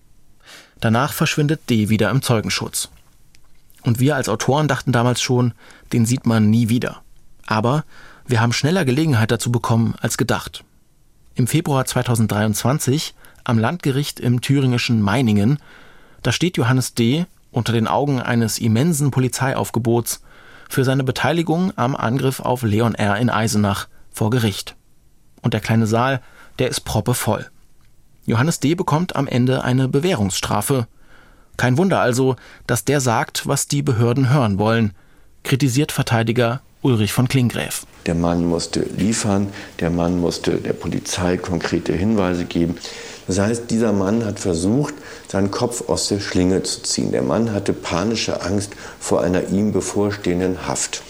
Danach verschwindet D. wieder im Zeugenschutz. Und wir als Autoren dachten damals schon, den sieht man nie wieder. Aber wir haben schneller Gelegenheit dazu bekommen als gedacht. Im Februar 2023 am Landgericht im thüringischen Meiningen, da steht Johannes D. unter den Augen eines immensen Polizeiaufgebots für seine Beteiligung am Angriff auf Leon R. in Eisenach vor Gericht. Und der kleine Saal, der ist proppevoll. Johannes D. bekommt am Ende eine Bewährungsstrafe. Kein Wunder also, dass der sagt, was die Behörden hören wollen, kritisiert Verteidiger Ulrich von Klinggräf.
Der Mann musste liefern, der Mann musste der Polizei konkrete Hinweise geben. Das heißt, dieser Mann hat versucht, seinen Kopf aus der Schlinge zu ziehen. Der Mann hatte panische Angst vor einer ihm bevorstehenden Haft.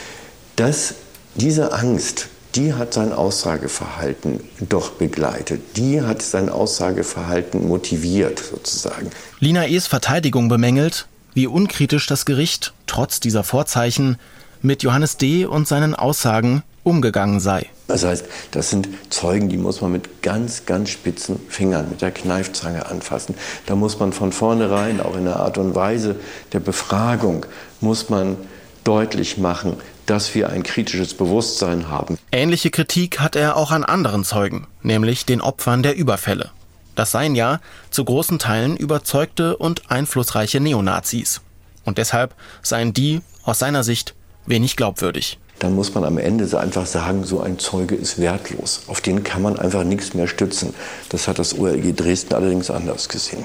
Diese Angst, die hat sein Aussageverhalten doch begleitet. Die hat sein Aussageverhalten motiviert, sozusagen.
Lina E.'s Verteidigung bemängelt, wie unkritisch das Gericht, trotz dieser Vorzeichen, mit Johannes D. und seinen Aussagen umgegangen sei.
Das heißt, das sind Zeugen, die muss man mit ganz, ganz spitzen Fingern, mit der Kneifzange anfassen. Da muss man von vornherein, auch in der Art und Weise der Befragung, muss man deutlich machen, dass wir ein kritisches Bewusstsein haben.
Ähnliche Kritik hat er auch an anderen Zeugen, nämlich den Opfern der Überfälle. Das seien ja zu großen Teilen überzeugte und einflussreiche Neonazis. Und deshalb seien die, aus seiner Sicht, wenig glaubwürdig.
Dann muss man am Ende einfach sagen, so ein Zeuge ist wertlos. Auf den kann man einfach nichts mehr stützen. Das hat das OLG Dresden allerdings anders gesehen.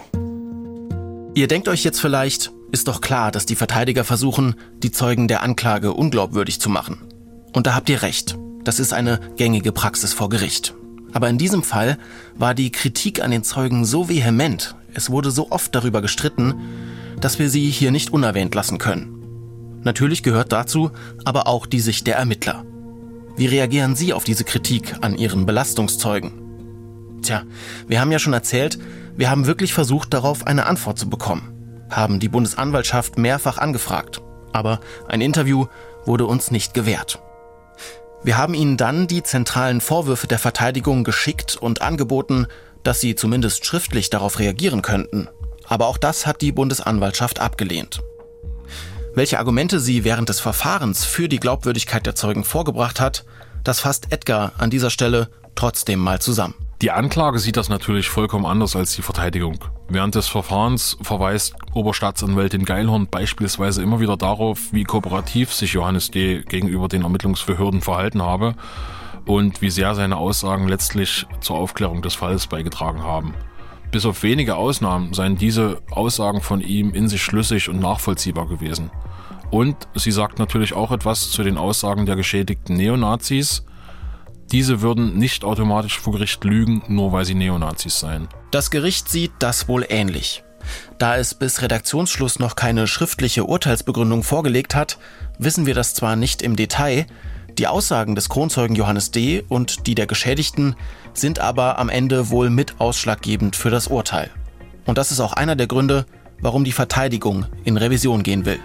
Ihr denkt euch jetzt vielleicht, ist doch klar, dass die Verteidiger versuchen, die Zeugen der Anklage unglaubwürdig zu machen. Und da habt ihr recht. Das ist eine gängige Praxis vor Gericht. Aber in diesem Fall war die Kritik an den Zeugen so vehement, es wurde so oft darüber gestritten, dass wir sie hier nicht unerwähnt lassen können. Natürlich gehört dazu aber auch die Sicht der Ermittler. Wie reagieren Sie auf diese Kritik an Ihren Belastungszeugen? Tja, wir haben ja schon erzählt, wir haben wirklich versucht, darauf eine Antwort zu bekommen. Haben die Bundesanwaltschaft mehrfach angefragt. Aber ein Interview wurde uns nicht gewährt. Wir haben ihnen dann die zentralen Vorwürfe der Verteidigung geschickt und angeboten, dass sie zumindest schriftlich darauf reagieren könnten. Aber auch das hat die Bundesanwaltschaft abgelehnt. Welche Argumente sie während des Verfahrens für die Glaubwürdigkeit der Zeugen vorgebracht hat, das fasst Edgar an dieser Stelle trotzdem mal zusammen.
Die Anklage sieht das natürlich vollkommen anders als die Verteidigung. Während des Verfahrens verweist Oberstaatsanwältin Geilhorn beispielsweise immer wieder darauf, wie kooperativ sich Johannes D. gegenüber den Ermittlungsbehörden verhalten habe und wie sehr seine Aussagen letztlich zur Aufklärung des Falles beigetragen haben. Bis auf wenige Ausnahmen seien diese Aussagen von ihm in sich schlüssig und nachvollziehbar gewesen. Und sie sagt natürlich auch etwas zu den Aussagen der geschädigten Neonazis. Diese würden nicht automatisch vor Gericht lügen, nur weil sie Neonazis seien.
Das Gericht sieht das wohl ähnlich. Da es bis Redaktionsschluss noch keine schriftliche Urteilsbegründung vorgelegt hat, wissen wir das zwar nicht im Detail, die Aussagen des Kronzeugen Johannes D. und die der Geschädigten sind aber am Ende wohl mit ausschlaggebend für das Urteil. Und das ist auch einer der Gründe, warum die Verteidigung in Revision gehen will.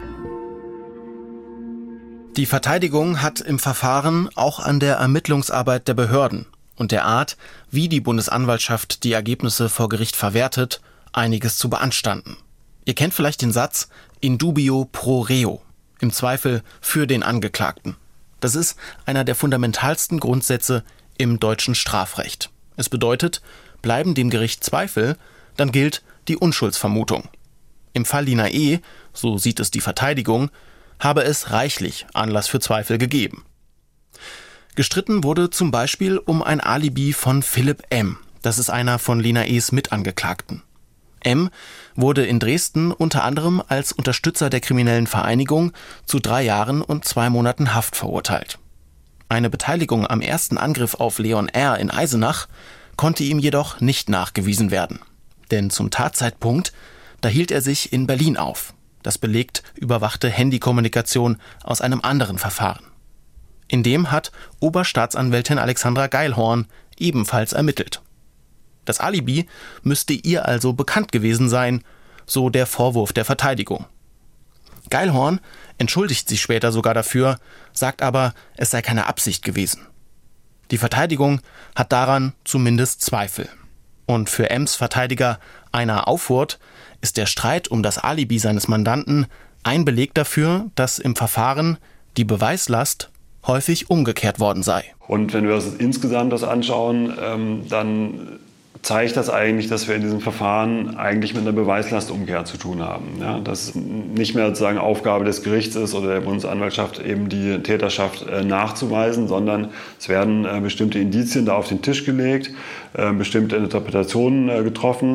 Die Verteidigung hat im Verfahren auch an der Ermittlungsarbeit der Behörden und der Art, wie die Bundesanwaltschaft die Ergebnisse vor Gericht verwertet, einiges zu beanstanden. Ihr kennt vielleicht den Satz in dubio pro reo, im Zweifel für den Angeklagten. Das ist einer der fundamentalsten Grundsätze im deutschen Strafrecht. Es bedeutet, bleiben dem Gericht Zweifel, dann gilt die Unschuldsvermutung. Im Fall Lina E., so sieht es die Verteidigung, habe es reichlich Anlass für Zweifel gegeben. Gestritten wurde zum Beispiel um ein Alibi von Philipp M., das ist einer von Lina E.'s Mitangeklagten. M. wurde in Dresden unter anderem als Unterstützer der kriminellen Vereinigung zu 3 Jahren und 2 Monaten Haft verurteilt. Eine Beteiligung am ersten Angriff auf Leon R. in Eisenach konnte ihm jedoch nicht nachgewiesen werden. Denn zum Tatzeitpunkt, da hielt er sich in Berlin auf. Das belegt überwachte Handykommunikation aus einem anderen Verfahren. In dem hat Oberstaatsanwältin Alexandra Geilhorn ebenfalls ermittelt. Das Alibi müsste ihr also bekannt gewesen sein, so der Vorwurf der Verteidigung. Geilhorn entschuldigt sich später sogar dafür, sagt aber, es sei keine Absicht gewesen. Die Verteidigung hat daran zumindest Zweifel. Und für Ems Verteidiger Einar Aufwurth ist der Streit um das Alibi seines Mandanten ein Beleg dafür, dass im Verfahren die Beweislast häufig umgekehrt worden sei.
Und wenn wir uns insgesamt das anschauen, dann zeigt das eigentlich, dass wir in diesem Verfahren eigentlich mit einer Beweislastumkehr zu tun haben. Ja, dass es nicht mehr sozusagen Aufgabe des Gerichts ist oder der Bundesanwaltschaft eben die Täterschaft nachzuweisen, sondern es werden bestimmte Indizien da auf den Tisch gelegt, bestimmte Interpretationen getroffen.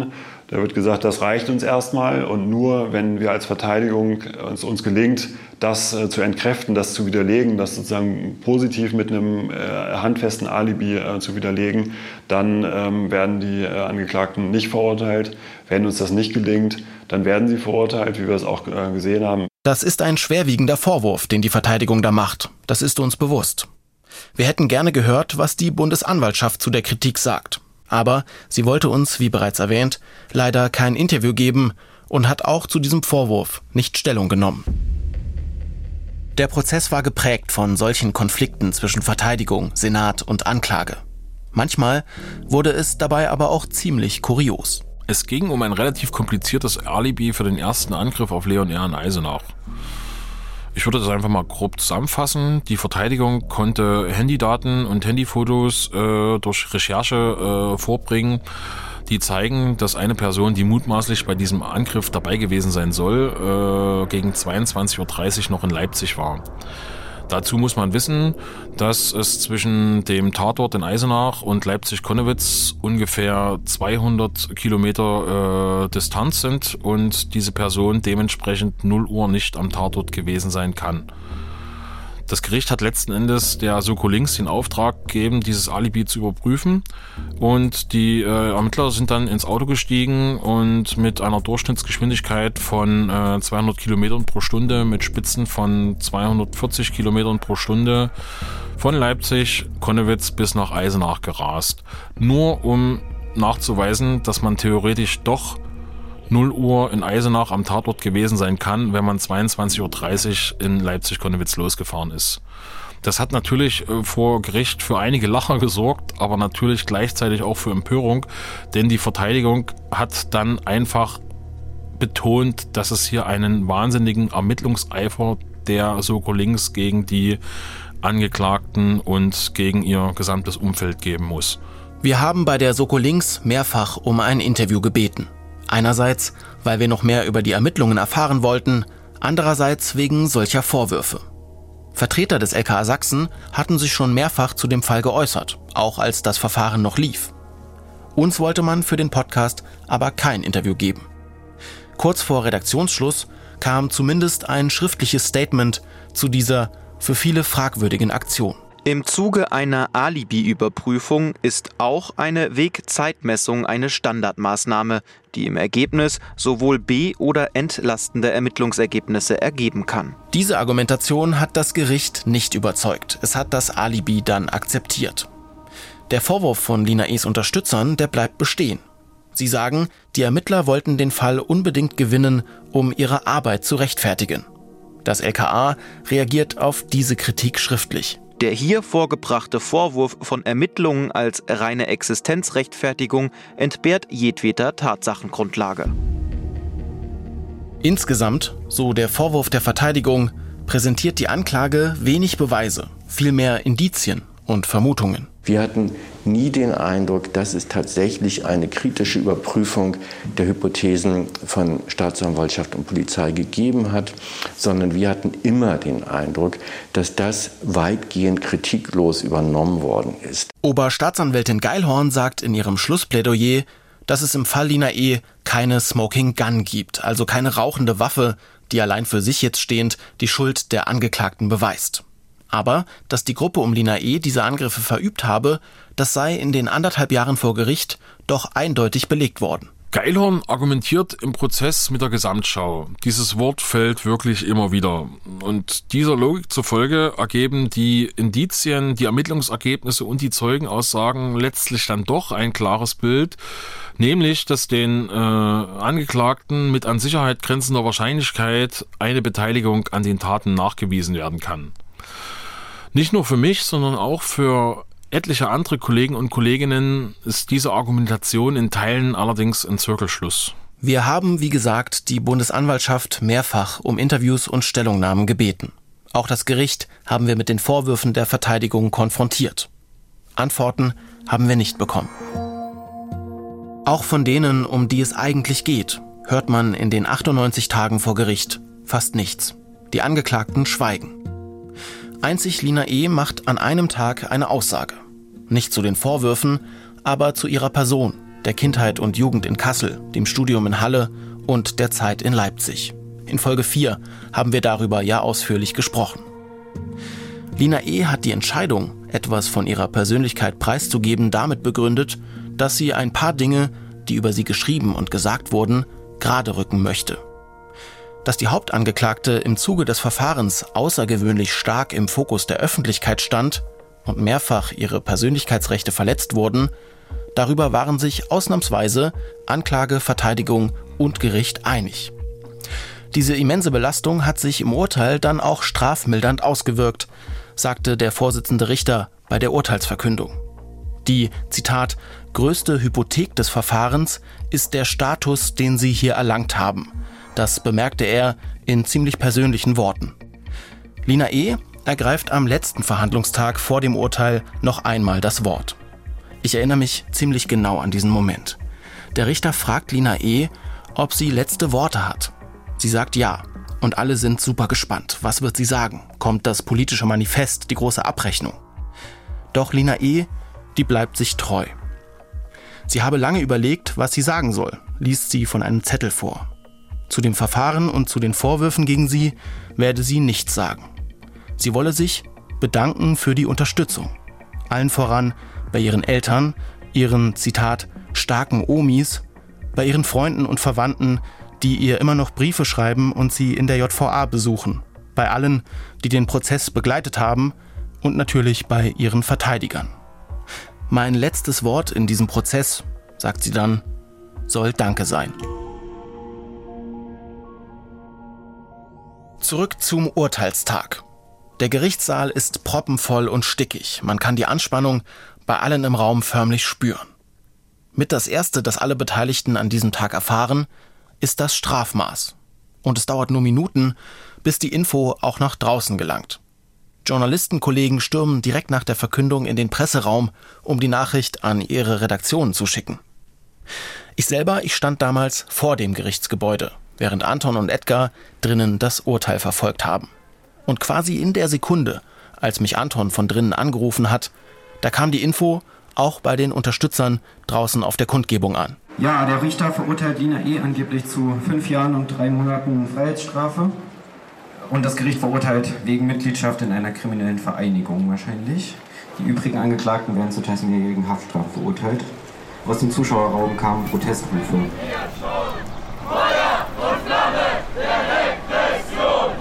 Da wird gesagt, das reicht uns erstmal und nur wenn wir als Verteidigung uns gelingt, das zu entkräften, das zu widerlegen, das sozusagen positiv mit einem handfesten Alibi zu widerlegen, dann werden die Angeklagten nicht verurteilt. Wenn uns das nicht gelingt, dann werden sie verurteilt, wie wir es auch gesehen haben.
Das ist ein schwerwiegender Vorwurf, den die Verteidigung da macht. Das ist uns bewusst. Wir hätten gerne gehört, was die Bundesanwaltschaft zu der Kritik sagt. Aber sie wollte uns, wie bereits erwähnt, leider kein Interview geben und hat auch zu diesem Vorwurf nicht Stellung genommen. Der Prozess war geprägt von solchen Konflikten zwischen Verteidigung, Senat und Anklage. Manchmal wurde es dabei aber auch ziemlich kurios.
Es ging um ein relativ kompliziertes Alibi für den ersten Angriff auf Leon R. in Eisenach. Ich würde das einfach mal grob zusammenfassen. Die Verteidigung konnte Handydaten und Handyfotos durch Recherche vorbringen, die zeigen, dass eine Person, die mutmaßlich bei diesem Angriff dabei gewesen sein soll, gegen 22.30 Uhr noch in Leipzig war. Dazu muss man wissen, dass es zwischen dem Tatort in Eisenach und Leipzig-Konnewitz ungefähr 200 Kilometer Distanz sind und diese Person dementsprechend 0 Uhr nicht am Tatort gewesen sein kann. Das Gericht hat letzten Endes der Soko Links den Auftrag gegeben, dieses Alibi zu überprüfen und die Ermittler sind dann ins Auto gestiegen und mit einer Durchschnittsgeschwindigkeit von 200 Kilometern pro Stunde mit Spitzen von 240 Kilometern pro Stunde von Leipzig, Konnewitz bis nach Eisenach gerast. Nur um nachzuweisen, dass man theoretisch doch 0 Uhr in Eisenach am Tatort gewesen sein kann, wenn man 22.30 Uhr in Leipzig-Konnewitz losgefahren ist. Das hat natürlich vor Gericht für einige Lacher gesorgt, aber natürlich gleichzeitig auch für Empörung, denn die Verteidigung hat dann einfach betont, dass es hier einen wahnsinnigen Ermittlungseifer der Soko Links gegen die Angeklagten und gegen ihr gesamtes Umfeld geben muss.
Wir haben bei der Soko Links mehrfach um ein Interview gebeten. Einerseits, weil wir noch mehr über die Ermittlungen erfahren wollten, andererseits wegen solcher Vorwürfe. Vertreter des LKA Sachsen hatten sich schon mehrfach zu dem Fall geäußert, auch als das Verfahren noch lief. Uns wollte man für den Podcast aber kein Interview geben. Kurz vor Redaktionsschluss kam zumindest ein schriftliches Statement zu dieser für viele fragwürdigen Aktion.
Im Zuge einer Alibi-Überprüfung ist auch eine Wegzeitmessung eine Standardmaßnahme, die im Ergebnis sowohl be- oder entlastende Ermittlungsergebnisse ergeben kann.
Diese Argumentation hat das Gericht nicht überzeugt. Es hat das Alibi dann akzeptiert. Der Vorwurf von Lina E.s Unterstützern, der bleibt bestehen. Sie sagen, die Ermittler wollten den Fall unbedingt gewinnen, um ihre Arbeit zu rechtfertigen. Das LKA reagiert auf diese Kritik schriftlich.
Der hier vorgebrachte Vorwurf von Ermittlungen als reine Existenzrechtfertigung entbehrt jedweder Tatsachengrundlage.
Insgesamt, so der Vorwurf der Verteidigung, präsentiert die Anklage wenig Beweise, vielmehr Indizien und Vermutungen.
Wir hatten nie den Eindruck, dass es tatsächlich eine kritische Überprüfung der Hypothesen von Staatsanwaltschaft und Polizei gegeben hat, sondern wir hatten immer den Eindruck, dass das weitgehend kritiklos übernommen worden ist.
Oberstaatsanwältin Geilhorn sagt in ihrem Schlussplädoyer, dass es im Fall Lina E. keine Smoking Gun gibt, also keine rauchende Waffe, die allein für sich jetzt stehend die Schuld der Angeklagten beweist. Aber, dass die Gruppe um Lina E. diese Angriffe verübt habe, das sei in den 1,5 Jahren vor Gericht doch eindeutig belegt worden.
Geilhorn argumentiert im Prozess mit der Gesamtschau. Dieses Wort fällt wirklich immer wieder. Und dieser Logik zufolge ergeben die Indizien, die Ermittlungsergebnisse und die Zeugenaussagen letztlich dann doch ein klares Bild, nämlich, dass den Angeklagten mit an Sicherheit grenzender Wahrscheinlichkeit eine Beteiligung an den Taten nachgewiesen werden kann. Nicht nur für mich, sondern auch für etliche andere Kollegen und Kolleginnen ist diese Argumentation in Teilen allerdings ein Zirkelschluss.
Wir haben, wie gesagt, die Bundesanwaltschaft mehrfach um Interviews und Stellungnahmen gebeten. Auch das Gericht haben wir mit den Vorwürfen der Verteidigung konfrontiert. Antworten haben wir nicht bekommen. Auch von denen, um die es eigentlich geht, hört man in den 98 Tagen vor Gericht fast nichts. Die Angeklagten schweigen. Einzig Lina E. macht an einem Tag eine Aussage. Nicht zu den Vorwürfen, aber zu ihrer Person, der Kindheit und Jugend in Kassel, dem Studium in Halle und der Zeit in Leipzig. In Folge 4 haben wir darüber ja ausführlich gesprochen. Lina E. hat die Entscheidung, etwas von ihrer Persönlichkeit preiszugeben, damit begründet, dass sie ein paar Dinge, die über sie geschrieben und gesagt wurden, gerade rücken möchte. Dass die Hauptangeklagte im Zuge des Verfahrens außergewöhnlich stark im Fokus der Öffentlichkeit stand und mehrfach ihre Persönlichkeitsrechte verletzt wurden, darüber waren sich ausnahmsweise Anklage, Verteidigung und Gericht einig. Diese immense Belastung hat sich im Urteil dann auch strafmildernd ausgewirkt, sagte der Vorsitzende Richter bei der Urteilsverkündung. Die, Zitat, größte Hypothek des Verfahrens ist der Status, den Sie hier erlangt haben. Das bemerkte er in ziemlich persönlichen Worten. Lina E. ergreift am letzten Verhandlungstag vor dem Urteil noch einmal das Wort. Ich erinnere mich ziemlich genau an diesen Moment. Der Richter fragt Lina E., ob sie letzte Worte hat. Sie sagt ja. Und alle sind super gespannt. Was wird sie sagen? Kommt das politische Manifest, die große Abrechnung? Doch Lina E., die bleibt sich treu. Sie habe lange überlegt, was sie sagen soll, liest sie von einem Zettel vor. Zu dem Verfahren und zu den Vorwürfen gegen sie werde sie nichts sagen. Sie wolle sich bedanken für die Unterstützung. Allen voran bei ihren Eltern, ihren, Zitat, starken Omis, bei ihren Freunden und Verwandten, die ihr immer noch Briefe schreiben und sie in der JVA besuchen. Bei allen, die den Prozess begleitet haben und natürlich bei ihren Verteidigern. Mein letztes Wort in diesem Prozess, sagt sie dann, soll Danke sein. Zurück zum Urteilstag. Der Gerichtssaal ist proppenvoll und stickig. Man kann die Anspannung bei allen im Raum förmlich spüren. Mit das Erste, das alle Beteiligten an diesem Tag erfahren, ist das Strafmaß. Und es dauert nur Minuten, bis die Info auch nach draußen gelangt. Journalistenkollegen stürmen direkt nach der Verkündung in den Presseraum, um die Nachricht an ihre Redaktionen zu schicken. Ich stand damals vor dem Gerichtsgebäude, während Anton und Edgar drinnen das Urteil verfolgt haben. Und quasi in der Sekunde, als mich Anton von drinnen angerufen hat, da kam die Info auch bei den Unterstützern draußen auf der Kundgebung an.
Ja, der Richter verurteilt Lina E. angeblich zu 5 Jahren und 3 Monaten Freiheitsstrafe. Und das Gericht verurteilt wegen Mitgliedschaft in einer kriminellen Vereinigung wahrscheinlich. Die übrigen Angeklagten werden zur 13-jährigen Haftstrafe verurteilt. Aus dem Zuschauerraum kamen Protestrufe.
Feuer und Flamme der Repression!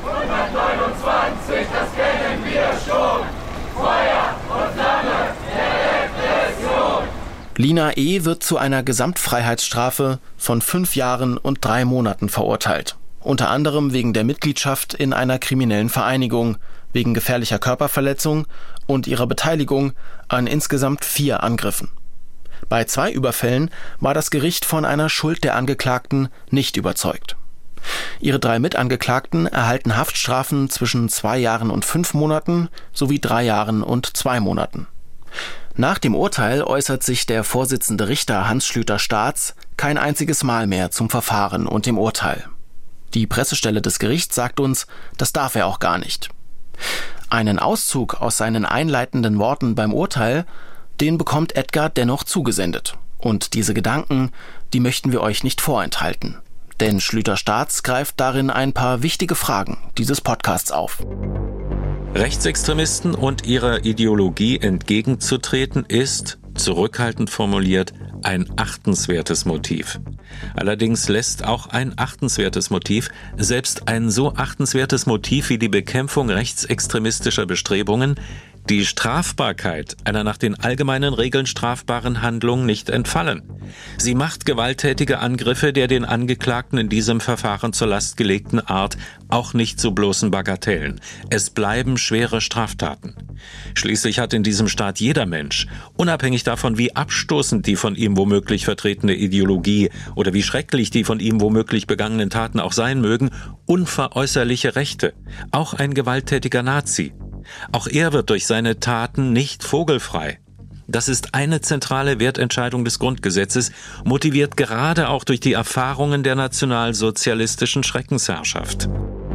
129, das kennen wir schon! Feuer und Flamme der Repression!
Lina E. wird zu einer Gesamtfreiheitsstrafe von 5 Jahren und 3 Monaten verurteilt. Unter anderem wegen der Mitgliedschaft in einer kriminellen Vereinigung, wegen gefährlicher Körperverletzung und ihrer Beteiligung an insgesamt 4 Angriffen. Bei 2 Überfällen war das Gericht von einer Schuld der Angeklagten nicht überzeugt. Ihre 3 Mitangeklagten erhalten Haftstrafen zwischen 2 Jahren und 5 Monaten sowie 3 Jahren und 2 Monaten. Nach dem Urteil äußert sich der Vorsitzende Richter Hans Schlüter-Staats kein einziges Mal mehr zum Verfahren und dem Urteil. Die Pressestelle des Gerichts sagt uns, das darf er auch gar nicht. Einen Auszug aus seinen einleitenden Worten beim Urteil, den bekommt Edgar dennoch zugesendet. Und diese Gedanken, die möchten wir euch nicht vorenthalten. Denn Schlüter-Staats greift darin ein paar wichtige Fragen dieses Podcasts auf.
Rechtsextremisten und ihrer Ideologie entgegenzutreten ist, zurückhaltend formuliert, ein achtenswertes Motiv. Allerdings lässt auch ein achtenswertes Motiv, selbst ein so achtenswertes Motiv wie die Bekämpfung rechtsextremistischer Bestrebungen, die Strafbarkeit einer nach den allgemeinen Regeln strafbaren Handlung nicht entfallen. Sie macht gewalttätige Angriffe der den Angeklagten in diesem Verfahren zur Last gelegten Art auch nicht zu bloßen Bagatellen. Es bleiben schwere Straftaten. Schließlich hat in diesem Staat jeder Mensch, unabhängig davon, wie abstoßend die von ihm womöglich vertretene Ideologie oder wie schrecklich die von ihm womöglich begangenen Taten auch sein mögen, unveräußerliche Rechte. Auch ein gewalttätiger Nazi. Auch er wird durch seine Taten nicht vogelfrei. Das ist eine zentrale Wertentscheidung des Grundgesetzes, motiviert gerade auch durch die Erfahrungen der nationalsozialistischen Schreckensherrschaft.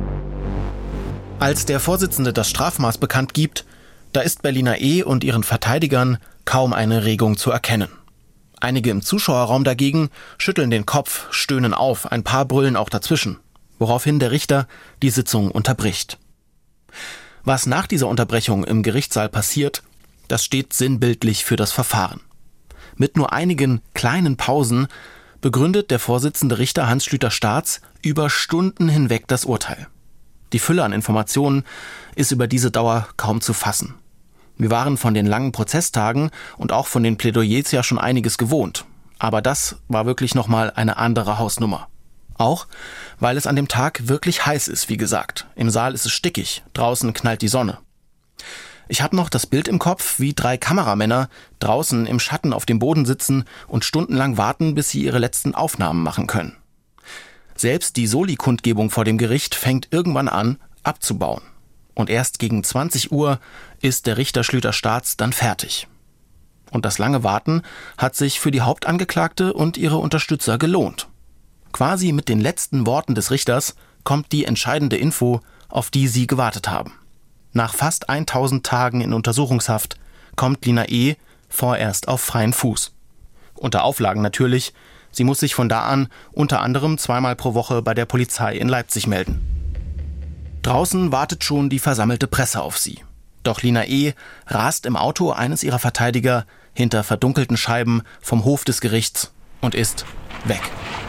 Als der Vorsitzende das Strafmaß bekannt gibt, da ist bei Lina E. und ihren Verteidigern kaum eine Regung zu erkennen. Einige im Zuschauerraum dagegen schütteln den Kopf, stöhnen auf, ein paar brüllen auch dazwischen, woraufhin der Richter die Sitzung unterbricht. Was nach dieser Unterbrechung im Gerichtssaal passiert, das steht sinnbildlich für das Verfahren. Mit nur einigen kleinen Pausen begründet der Vorsitzende Richter Hans Schlüter-Staats über Stunden hinweg das Urteil. Die Fülle an Informationen ist über diese Dauer kaum zu fassen. Wir waren von den langen Prozesstagen und auch von den Plädoyers ja schon einiges gewohnt. Aber das war wirklich nochmal eine andere Hausnummer. Auch, weil es an dem Tag wirklich heiß ist, wie gesagt. Im Saal ist es stickig, draußen knallt die Sonne. Ich habe noch das Bild im Kopf, wie 3 Kameramänner draußen im Schatten auf dem Boden sitzen und stundenlang warten, bis sie ihre letzten Aufnahmen machen können. Selbst die Soli-Kundgebung vor dem Gericht fängt irgendwann an, abzubauen. Und erst gegen 20 Uhr ist der Richter Schlüter-Staats dann fertig. Und das lange Warten hat sich für die Hauptangeklagte und ihre Unterstützer gelohnt. Quasi mit den letzten Worten des Richters kommt die entscheidende Info, auf die sie gewartet haben. Nach fast 1000 Tagen in Untersuchungshaft kommt Lina E. vorerst auf freien Fuß. Unter Auflagen natürlich, sie muss sich von da an unter anderem 2-mal pro Woche bei der Polizei in Leipzig melden. Draußen wartet schon die versammelte Presse auf sie. Doch Lina E. rast im Auto eines ihrer Verteidiger hinter verdunkelten Scheiben vom Hof des Gerichts und ist weg.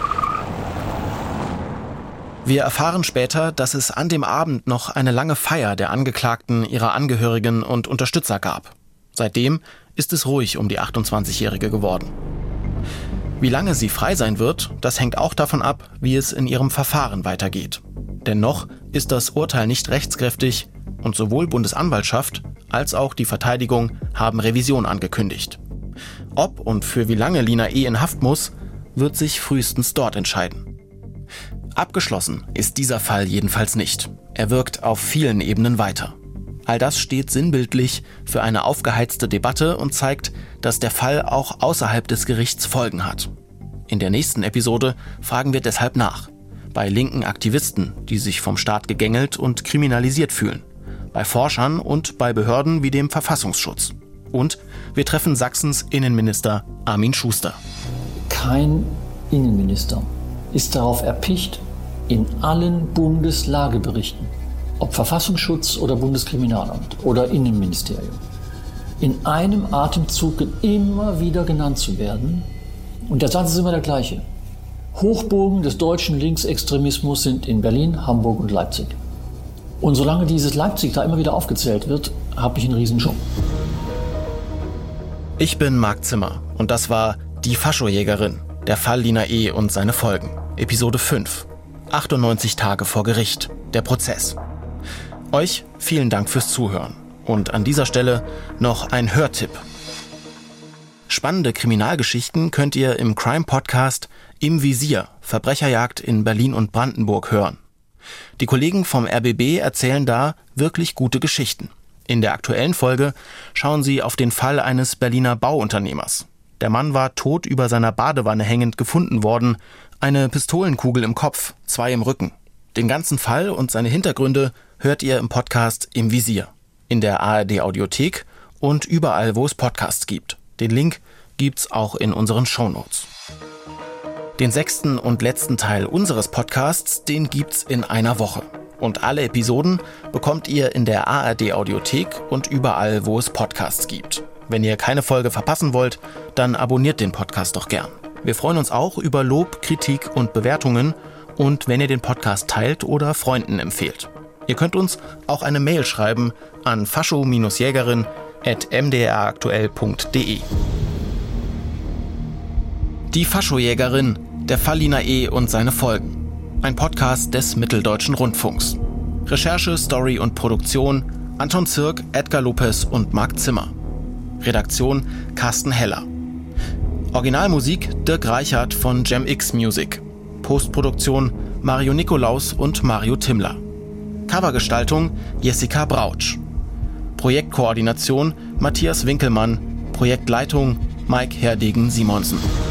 Wir erfahren später, dass es an dem Abend noch eine lange Feier der Angeklagten, ihrer Angehörigen und Unterstützer gab. Seitdem ist es ruhig um die 28-Jährige geworden. Wie lange sie frei sein wird, das hängt auch davon ab, wie es in ihrem Verfahren weitergeht. Denn noch ist das Urteil nicht rechtskräftig und sowohl Bundesanwaltschaft als auch die Verteidigung haben Revision angekündigt. Ob und für wie lange Lina E. in Haft muss, wird sich frühestens dort entscheiden. Abgeschlossen ist dieser Fall jedenfalls nicht. Er wirkt auf vielen Ebenen weiter. All das steht sinnbildlich für eine aufgeheizte Debatte und zeigt, dass der Fall auch außerhalb des Gerichts Folgen hat. In der nächsten Episode fragen wir deshalb nach. Bei linken Aktivisten, die sich vom Staat gegängelt und kriminalisiert fühlen. Bei Forschern und bei Behörden wie dem Verfassungsschutz. Und wir treffen Sachsens Innenminister Armin Schuster.
Kein Innenminister ist darauf erpicht, in allen Bundeslageberichten, ob Verfassungsschutz oder Bundeskriminalamt oder Innenministerium, in einem Atemzug immer wieder genannt zu werden. Und der Satz ist immer der gleiche. Hochburgen des deutschen Linksextremismus sind in Berlin, Hamburg und Leipzig. Und solange dieses Leipzig da immer wieder aufgezählt wird, habe ich einen Riesenschub.
Ich bin Marc Zimmer und das war Die Faschojägerin, der Fall Lina E. und seine Folgen. Episode 5. 98 Tage vor Gericht. Der Prozess. Euch vielen Dank fürs Zuhören. Und an dieser Stelle noch ein Hörtipp. Spannende Kriminalgeschichten könnt ihr im Crime-Podcast Im Visier – Verbrecherjagd in Berlin und Brandenburg hören. Die Kollegen vom RBB erzählen da wirklich gute Geschichten. In der aktuellen Folge schauen sie auf den Fall eines Berliner Bauunternehmers. Der Mann war tot über seiner Badewanne hängend gefunden worden, eine Pistolenkugel im Kopf, 2 im Rücken. Den ganzen Fall und seine Hintergründe hört ihr im Podcast Im Visier, in der ARD-Audiothek und überall, wo es Podcasts gibt. Den Link gibt's auch in unseren Shownotes. Den 6. und letzten Teil unseres Podcasts, den gibt's in einer Woche. Und alle Episoden bekommt ihr in der ARD-Audiothek und überall, wo es Podcasts gibt. Wenn ihr keine Folge verpassen wollt, dann abonniert den Podcast doch gern. Wir freuen uns auch über Lob, Kritik und Bewertungen und wenn ihr den Podcast teilt oder Freunden empfehlt. Ihr könnt uns auch eine Mail schreiben an fascho-jägerin@mdraktuell.de. Die Faschojägerin, der Fall Lina E. und seine Folgen. Ein Podcast des Mitteldeutschen Rundfunks. Recherche, Story und Produktion Anton Zirk, Edgar Lopez und Marc Zimmer. Redaktion Carsten Heller. Originalmusik Dirk Reichert von GemX Music. Postproduktion Mario Nikolaus und Mario Timmler. Covergestaltung Jessica Brautsch. Projektkoordination Matthias Winkelmann. Projektleitung Mike Herdegen-Simonsen.